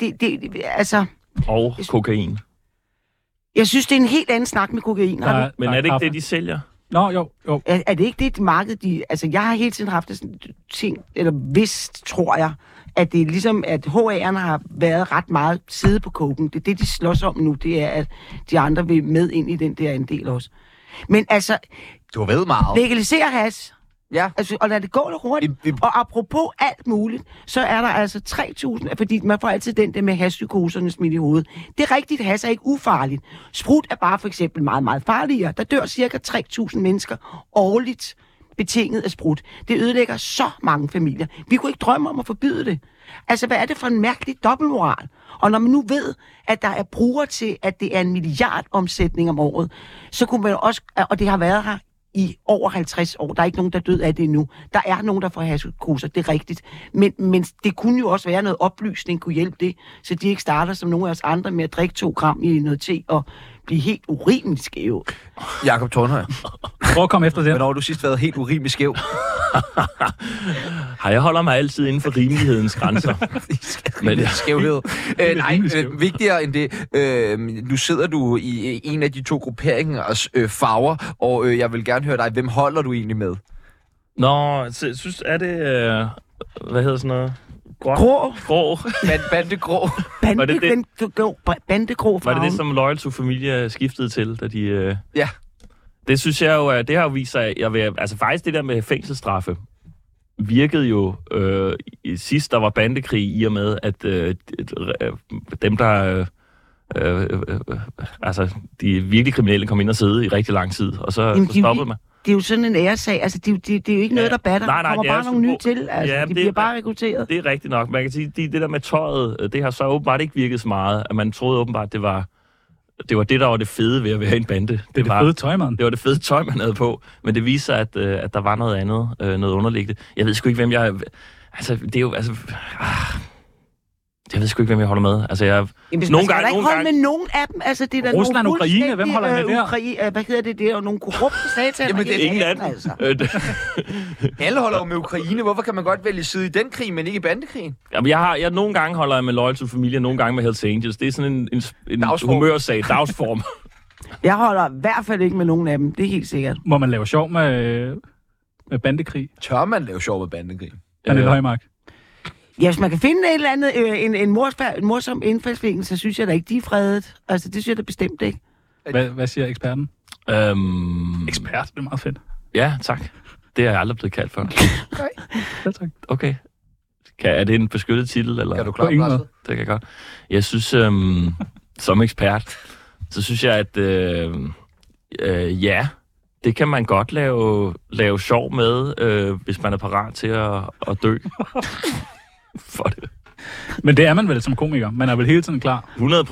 Og kokain. Jeg synes, det er en helt anden snak med kokain. Men er det ikke det, de sælger? Nå, jo. Er det ikke det marked, altså jeg har hele tiden haft sådan ting, eller vidst, tror jeg, at det er ligesom, at HA'erne har været ret meget sidde på koken. Det er det, de slås om nu, det er, at de andre vil med ind i den der en del også. Men altså... Du ved meget. Legalisere hash. Ja. Altså, og lad det gå lidt hurtigt. Og apropos alt muligt, så er der altså 3.000, fordi man får altid den der med hashpsykoserne smidt i hovedet. Det er rigtigt, hash er ikke ufarligt. Sprut er bare for eksempel meget, meget farligere. Der dør cirka 3.000 mennesker årligt betinget af sprut. Det ødelægger så mange familier. Vi kunne ikke drømme om at forbyde det. Altså, hvad er det for en mærkelig dobbeltmoral? Og når man nu ved, at der er brugere til, at det er 1 milliard omsætning om året, så kunne man også, og det har været her i over 50 år. Der er ikke nogen, der død af det endnu. Der er nogen, der får hashpsykoser, det er rigtigt. Men det kunne jo også være noget oplysning, kunne hjælpe det, så de ikke starter som nogle af os andre med at drikke 2 gram i noget te og blive helt urimeligt skæve. Jakob Tornhøj. Prøv at komme efter det. Hvornår har du sidst været helt urimelig skæv? Jeg holder mig altid inden for rimelighedens grænser. Men skævhed. Vigtigere end det. Nu sidder du i en af de 2 grupperingers farver, og jeg vil gerne høre dig. Hvem holder du egentlig med? Nå, synes, er det... hvad hedder sådan noget? Grå. Bandegrå. Bandegrå farven. Var det som Loyal to Familia skiftede til, da de... Ja. Det synes jeg jo, det har jo vist sig, altså faktisk det der med fængselsstraffe virkede jo sidst, der var bandekrig i og med, at dem, der altså de virkelig kriminelle kom ind og sidde i rigtig lang tid, og så stoppede man. Det er jo sådan en æresag, altså det er jo ikke noget, der batter. Der kommer bare nogle nye til, altså ja, de bliver bare rekrutteret. Det er rigtigt nok. Man kan sige, det der med tøjet, det har så åbenbart ikke virket så meget, at man troede åbenbart, det var det, der var det fede ved at være en bande. Det fede tøj, man. Det var det fede tøj, man havde på. Men det viser, at der var noget andet, noget underliggende. Jeg ved sgu ikke, hvem jeg... Altså, det er jo... Altså, jeg ved sgu ikke, hvem jeg holder med. Altså, jeg... Jamen, nogle gange ikke holde med nogen af dem. Altså, det er der Rusland, Ukraine, hvem holder med der? Hvad hedder det? Det er jo nogle korrupte sataner. Jamen, det er ingen af dem. Altså. Alle holder jo med Ukraine. Hvorfor kan man godt vælge side i den krig, men ikke i bandekrigen? Jamen, jeg nogle gange holder med Loyal to Familia, nogle gange med Hells Angels. Det er sådan en humørsag, dagsform. Jeg holder i hvert fald ikke med nogen af dem. Det er helt sikkert. Må man lave sjov med bandekrig? Tør man lave sjov med bandekrig? Pernille Højmark. Ja, hvis man kan finde et eller andet, en morsom indfaldsvinkel, så synes jeg da ikke, de er fredet. Altså, det synes jeg da bestemt ikke. Hvad siger eksperten? Ekspert, det er meget fedt. Ja, tak. Det har jeg aldrig blevet kaldt før. Nej. Ja, tak. Okay. Er det en beskyttet titel? Eller? Kan du klare det? Det kan jeg godt. Jeg synes, som ekspert, så synes jeg, at ja, det kan man godt lave sjov med, hvis man er parat til at dø. For det. Men det er man vel som komiker? Man er vel hele tiden klar?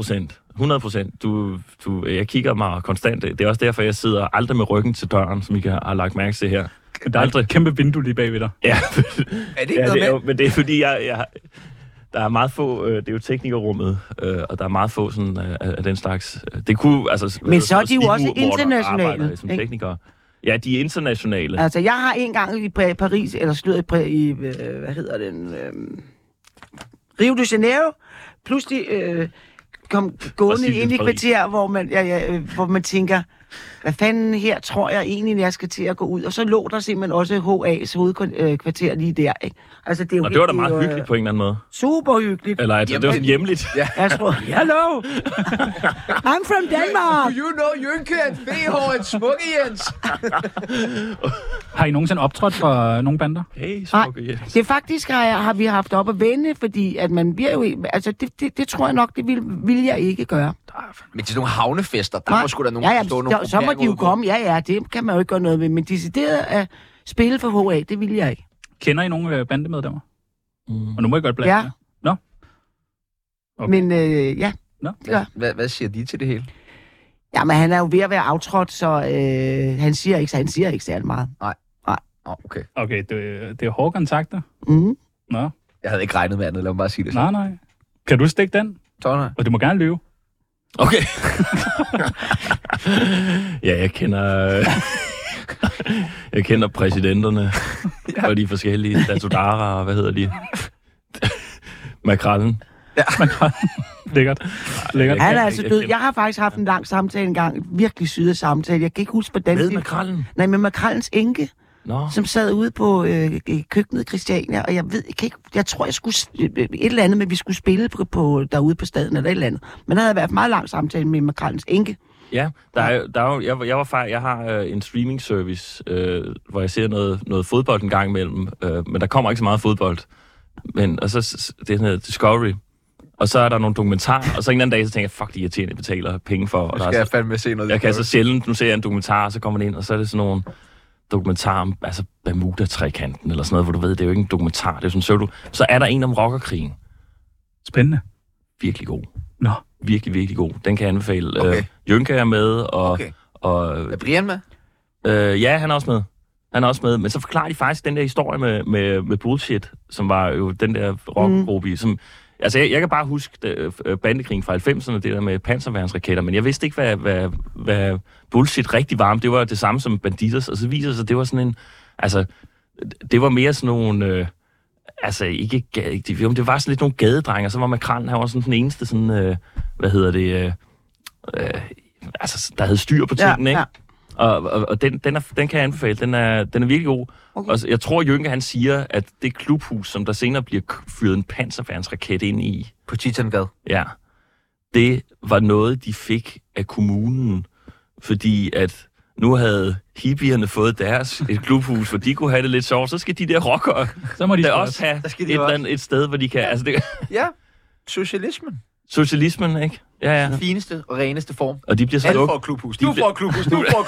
100%. Jeg kigger mig konstant. Det er også derfor, jeg sidder aldrig med ryggen til døren, som I har lagt mærke til her. Der er aldrig et kæmpe vindue lige bagved dig. Ja, er det ikke noget med? Men det er fordi, der er meget få, det er jo teknikerrummet, og der er meget få sådan, af den slags. Det kunne, altså, men så er de jo også internationale. Som teknikere. Ja, de er internationale. Altså, jeg har en gang i Paris, eller slået i hvad hedder den? Rio de Janeiro. Pludselig kom gående ind i kvarter, hvor man tænker, hvad fanden her tror jeg egentlig, jeg skal til at gå ud. Og så lå der simpelthen også HA's hovedkvarter lige der, ikke? Altså, det er jo det var da meget hyggeligt på en eller anden måde. Super hyggeligt. Eller altså, det var sådan hjemligt. Ja. Jeg tror, hello! I'm from Denmark! You know Jynke and VH and Smukke Jens! Har I nogensinde optrådt for nogle bander? Hey, Smukke Jens. Det faktisk har vi haft op at vende, fordi at man bliver jo... Altså, det tror jeg nok, det vil jeg ikke gøre. Men til nogle havnefester, der må sgu da nogen stå nogle så må de jo komme. Ja, det kan man jo ikke gøre noget ved. Men decideret at spille for HA, det vil jeg ikke. Kender I nogle bandemedlemmer? Og nu må jeg godt blande. Ja. Nå. Okay. Men ja. Nå. Ja. Hvad siger de til det hele? Jamen, han er jo ved at være aftrådt, så han siger ikke særlig meget. Nej. Okay. Okay, det er hårde kontakter? Mhm. Nå. Jeg havde ikke regnet med andet, lad mig bare sige det sådan. Nej. Kan du stikke den? Tårnhøj. Og du må gerne lyve. Okay. Ja, jeg kender præsidenterne og de forskellige Datodara og hvad hedder de? Makrallen. Ja, Makrallen. Lækkert. Han er altså død. Jeg har faktisk haft en lang samtale engang. Virkelig syde samtale. Jeg kan ikke huske, hvordan med Makrallen? Nej, med Makrallens enke. No. Som sad ude på køkkenet i Christiania, og jeg tror, jeg skulle et eller andet, men vi skulle spille derude på staden eller et eller andet. Men der havde været meget lang samtale med Makrallens enke. Ja, jeg har en streaming service, hvor jeg ser noget fodbold en gang imellem, men der kommer ikke så meget fodbold. Og så det er sådan noget Discovery. Og så er der nogle dokumentarer, og så en anden dag, så tænker jeg, fuck, de irriterende betaler penge for. Og skal jeg fandme se noget. Jeg kan så sjældent, nu ser jeg en dokumentar, og så kommer den ind, og så er det sådan nogle dokumentar om altså Bermuda-trekanten, eller sådan noget, hvor du ved, det er jo ikke en dokumentar, det er sådan så er der en om rockerkrigen. Spændende. Virkelig god. Nå. Virkelig, virkelig god. Den kan jeg anbefale. Okay. Jynke er med, og... Okay. Og er Brian med? Ja, han er også med. Men så forklarer de faktisk den der historie med Bullshit, som var jo den der rockgruppe, som... Altså, jeg kan bare huske bandekrigen fra 90'erne, det der med panserværnsraketter, men jeg vidste ikke, hvad Bullshit rigtig var. Det var det samme som Banditos, og så viser det sig, det var sådan en... Altså, det var mere sådan nogle... det var sådan lidt nogle gadedrenge, og så var Makrallen, han var sådan den eneste sådan... der havde styr på tingene, ikke? Og den kan jeg anbefale. Den er virkelig god. Okay. Og jeg tror, Jynke, han siger, at det klubhus, som der senere bliver fyret en panserværnsraket ind i... På Titangade. Ja. Det var noget, de fik af kommunen, fordi at nu havde hippierne fået et klubhus, hvor de kunne have det lidt sjovt. Så skal de der rockere så må de også have et sted, hvor de kan... Altså det... Ja, socialismen. Socialismen, ikke? Ja. Den fineste og reneste form. Og de bliver så alle får klubhus. Du får klubhus.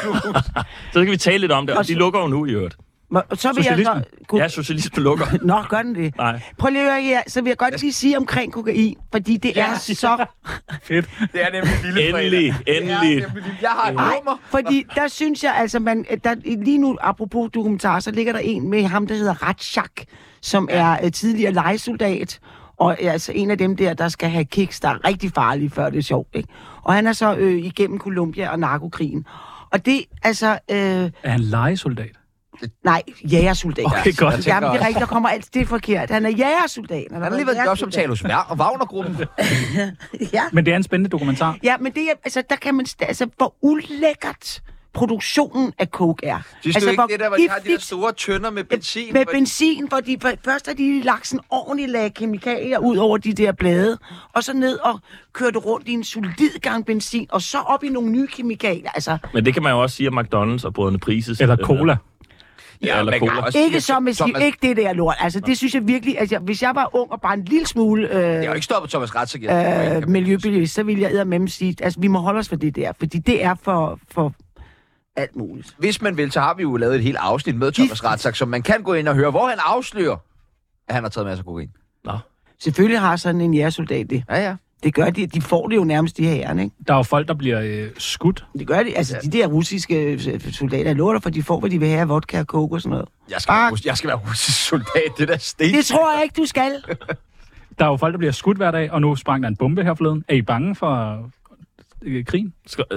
Så kan vi tale lidt om det, og de lukker jo nu i øvrigt. Så vil jeg Ja, socialismen lukker. Nå, gør den det? Nej. Prøv lige at høre her, så vil jeg godt lige sige omkring kokain, fordi det er så... Fedt. Det er nemlig lille Endelig. Jeg har et nummer. Fordi der synes jeg, altså, lige nu, apropos dokumentar, så ligger der en med ham, der hedder Ratchak, som er tidligere lejesoldat, og altså en af dem der skal have kiks, der er rigtig farlige, før det er sjovt, ikke? Og han er så igennem Colombia og narkokrigen. Og det, altså... Er han lejesoldat? Nej, jægersoldat. Okay, godt. Jamen, det er rigtigt, der kommer alt det forkert. Han er jægersoldat. Han har lige været jobsamtale hos Wagner-gruppen. Ja. Men det er en spændende dokumentar. Ja, men det er, altså, der kan man... Altså, hvor ulækkert produktionen af coke er. Synes altså, du ikke det der, hvor de har de der store tønder med benzin? Med benzin, hvor de først har de lagt sådan ordentligt lag kemikalier ud over de der blade, og så ned og kørte rundt i en solid gang benzin, og så op i nogle nye kemikalier. Altså, men det kan man jo også sige om McDonald's og brødrene Prises. Eller cola. Ja, eller cola. Ikke så med ikke det der lort. Altså, det synes jeg virkelig... Altså, hvis jeg var ung og bare en lille smule... jeg har ikke stoppet Thomas Ratzinger. Miljøbevidst, så ville jeg eddermame sige... Altså, vi må holde os for det der, fordi det er for alt muligt. Hvis man vil, så har vi jo lavet et helt afsnit med Thomas Ratzak, som man kan gå ind og høre, hvor han afslører, at han har taget masser af kokain. Nå. Selvfølgelig har sådan en jægersoldat det. Ja. Det gør de. De får det jo nærmest, de her, ikke? Der er jo folk, der bliver skudt. Det gør de. Altså, de der russiske soldater låter, for de får, hvad de vil have, vodka og coke og sådan noget. Jeg skal være russisk soldat, det der sten. Det tror jeg ikke, du skal. Der er jo folk, der bliver skudt hver dag, og nu sprang der en bombe her forleden. Er I bange for krigen?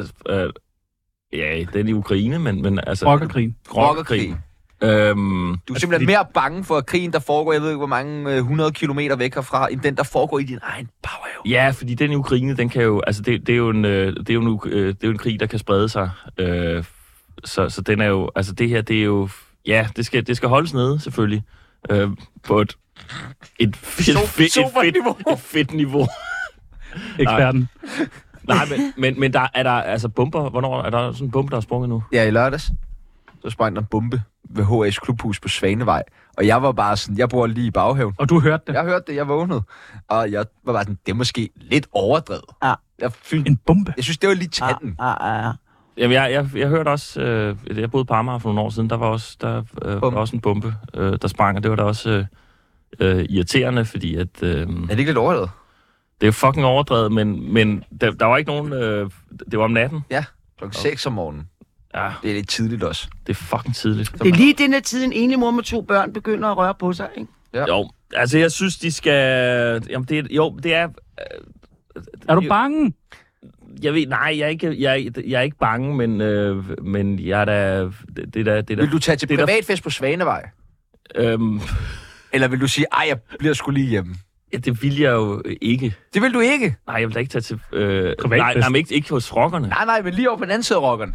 Ja, den i Ukraine, men altså... Rockerkrigen. Du er simpelthen mere bange for krigen, der foregår, jeg ved ikke, hvor mange 100 kilometer væk herfra, end den, der foregår i din egen baghave. Ja, fordi den i Ukraine, den kan jo... Altså, det er jo en krig, der kan sprede sig. Så den er jo... Altså, det her, det er jo... Ja, det skal holdes nede, selvfølgelig. På et fedt niveau. Eksperten. Nej, men der er der altså bomber. Hvornår er der sådan en bombe, der er sprunget nu? Ja, i lørdags. Så sprang der en bombe ved HS Klubhus på Svanevej. Og jeg var bare sådan, jeg bor lige i baghaven. Og du hørte det? Jeg hørte det, jeg vågnede. Og jeg var bare sådan, det er måske lidt overdrevet. Ja. En bombe? Jeg synes, det var lige tanden. Ja. Jamen, jeg hørte også, jeg boede på Amager for nogle år siden, der var også en bombe, der sprang, og det var da også irriterende, fordi at... Er det ikke lidt overdrevet? Det er fucking overdrevet, men der var ikke nogen... det var om natten. Ja, klokken 6 om morgenen. Ja. Det er lidt tidligt også. Det er fucking tidligt. Det er lige den her tid, en enlig mor med 2 børn begynder at røre på sig, ikke? Ja. Jo, altså jeg synes, de skal... Jamen, det er... Er du bange? Jeg ved, nej, jeg er ikke bange, men jeg er da... Det der, vil du tage til privatfest på Svanevej? Eller vil du sige, jeg bliver sgu lige hjemme? Ja, det vil jeg jo ikke. Det vil du ikke? Nej, jeg vil da ikke tage til... privatfest? Nej, ikke hos rockerne. Nej, men lige over på den anden side af rockerne.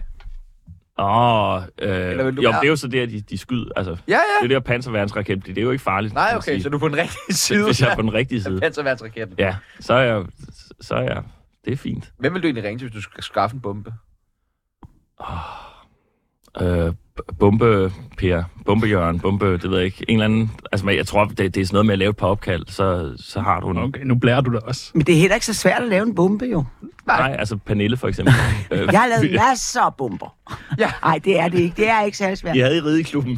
Det er jo så der, de skyder. Altså, ja. Det er der panserværnsraket, det er jo ikke farligt. Nej, okay, så du er på den rigtige side. Hvis jeg er på den rigtige side. Panserværnsraketten. Ja, så er jeg... Det er fint. Hvem vil du egentlig ringe til, hvis du skal skaffe en bombe? Bombejørn, det ved jeg ikke. En eller anden... Altså, jeg tror, det er sådan noget med at lave et par opkald, så har du noget. Okay, nu blærer du det også. Men det er heller ikke så svært at lave en bombe, jo. Nej, altså Pernille for eksempel. Jeg har lavet masser af bomber. Ja. Nej, det er det ikke. Det er ikke særlig svært. Vi havde i rideklubben.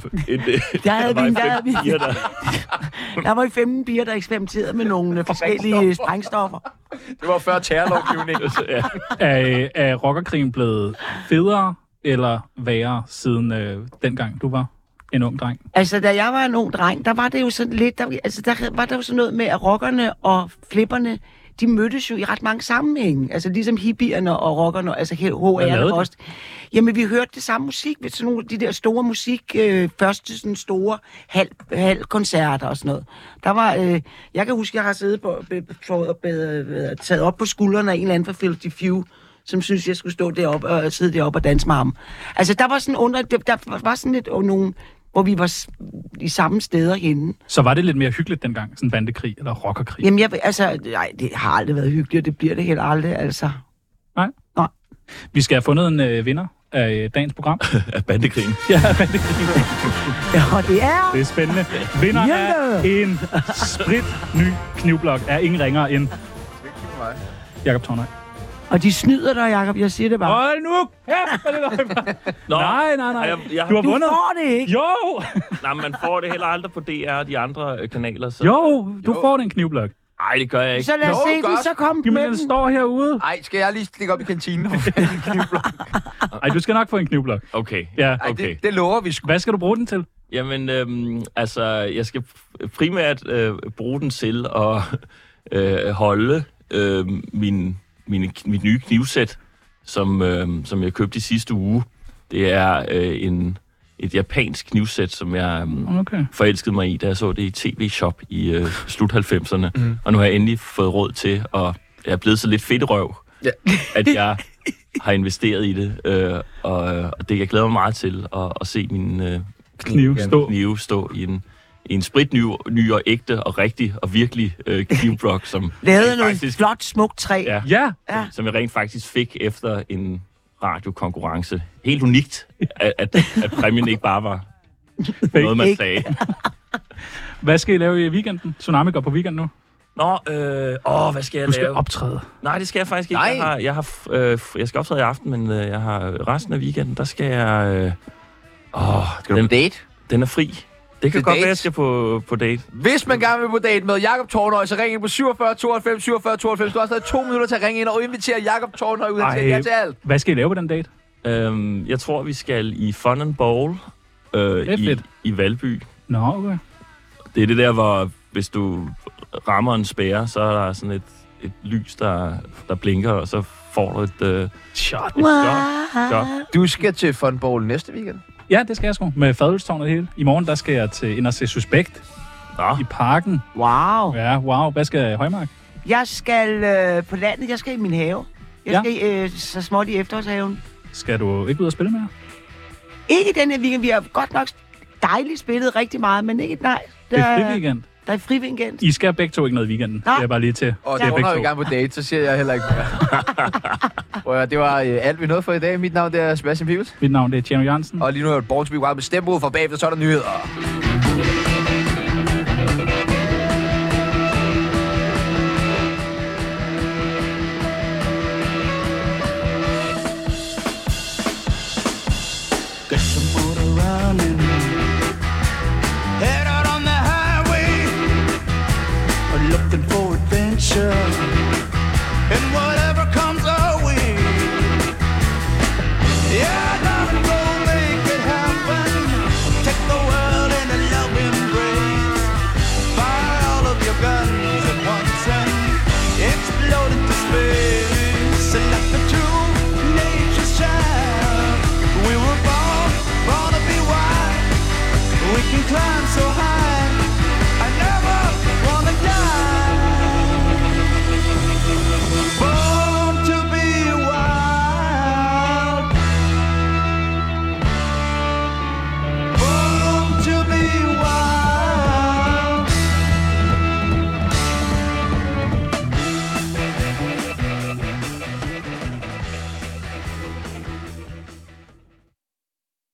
Der var 15 piger, der eksperimenterede med nogle forskellige sprængstoffer. Det var før terrorlovgivningen. Er rockerkrigen blevet federe eller værre siden dengang du var en ung dreng? Altså, da jeg var en ung dreng, der var det jo sådan lidt... Der var der jo sådan noget med, at rockerne og flipperne, de mødtes jo i ret mange sammenhænge. Altså ligesom hippierne og rockerne, altså HR'erne også. Jamen, vi hørte det samme musik ved sådan nogle de der store musik, første sådan store halvkoncerter og sådan noget. Der var, jeg kan huske, jeg har siddet taget op på skuldrene af en eller anden fra Filthy Few, som synes, jeg skulle stå deroppe og sidde deroppe og danse med ham. Altså, der var sådan der var sådan lidt nogen, hvor vi var i samme steder henne. Så var det lidt mere hyggeligt dengang, sådan bandekrig eller rockerkrig? Jamen, nej, det har aldrig været hyggeligt, og det bliver det helt aldrig, altså. Nej? Nej. Vi skal have fundet en vinder af dagens program. Af bandekrigen. Ja, bandekrigen. Ja, det er... Det er spændende. Vinder af en spritny knivblok er ingen ringere end Jakob Tornhøj. Og de snyder dig, Jakob. Jeg siger det bare. Hold nu kæft! Nej. Du har vundet. Du får det ikke. Jo! Nej, man får det heller aldrig på DR og de andre kanaler. Så... Jo, du får den knivblok. Nej, det gør jeg ikke. Så lad os se den, så kom med den. står herude. Ej, skal jeg lige stikke op i kantinen? Ej, du skal nok få en knivblok. Okay. Ja. Okay. Det lover vi sgu. Hvad skal du bruge den til? Jamen, altså, jeg skal primært bruge den til at holde mit nye knivsæt, som jeg købte i sidste uge. Det er et japansk knivsæt, som jeg forelskede mig i, da jeg så det i TV-shop i slut 90'erne. Mm. Og nu har jeg endelig fået råd til, og jeg er blevet så lidt fedtrøv, at jeg har investeret i det. Og det jeg glæder mig meget til at se min knive stå i en spritny og ægte og rigtig og virkelig knivblok, som lavede noget flot, smukt træ. Ja. Som jeg rent faktisk fik efter en radiokonkurrence. Helt unikt, at præmien ikke bare var noget, man sagde. Hvad skal I lave i weekenden? Tsunami går på weekend nu. Nå, hvad skal jeg lave? Du skal optræde. Nej, det skal jeg faktisk ikke. Jeg skal optræde i aften, men jeg har resten af weekenden, der skal jeg... Skal du på date? Den er fri. Det kan godt være, at jeg skal på date. Hvis man gerne vil på date med Jakob Tornhøj, så ring ind på 47 92 47 92. Du har stadig 2 minutter til at ringe ind og invitere Jakob Tornhøj ud til jer til alt. Hvad skal I lave på den date? Jeg tror, vi skal i Fun and Bowl i Valby. Nå, okay. Det er det der, hvor hvis du rammer en spærre, så er der sådan et lys, der blinker, og så får du et shot. Du skal til Fun Bowl næste weekend. Ja, det skal jeg sgu. Med fadølstårn og det hele. I morgen, der skal jeg ind og se Suspekt i parken. Wow. Ja, wow. Hvad skal Højmark? Jeg skal på landet. Jeg skal i min have. Jeg skal så småt i efterårshaven. Skal du ikke ud og spille mere? Ikke den her weekend. Vi har godt nok dejligt spillet rigtig meget, men ikke nej. Det er fri weekend. Der er fri weekend. I skal begge to ikke noget i weekenden. Det er bare lige til. Og det er i gang på date, så siger jeg heller ikke mere. Det var alt, vi nåede for i dag. Mit navn er Sebastian Pibels. Mit navn er Tjerno Jørgensen. Og lige nu er det Born to be Wild med stembrud for bagefter, så er der nyheder.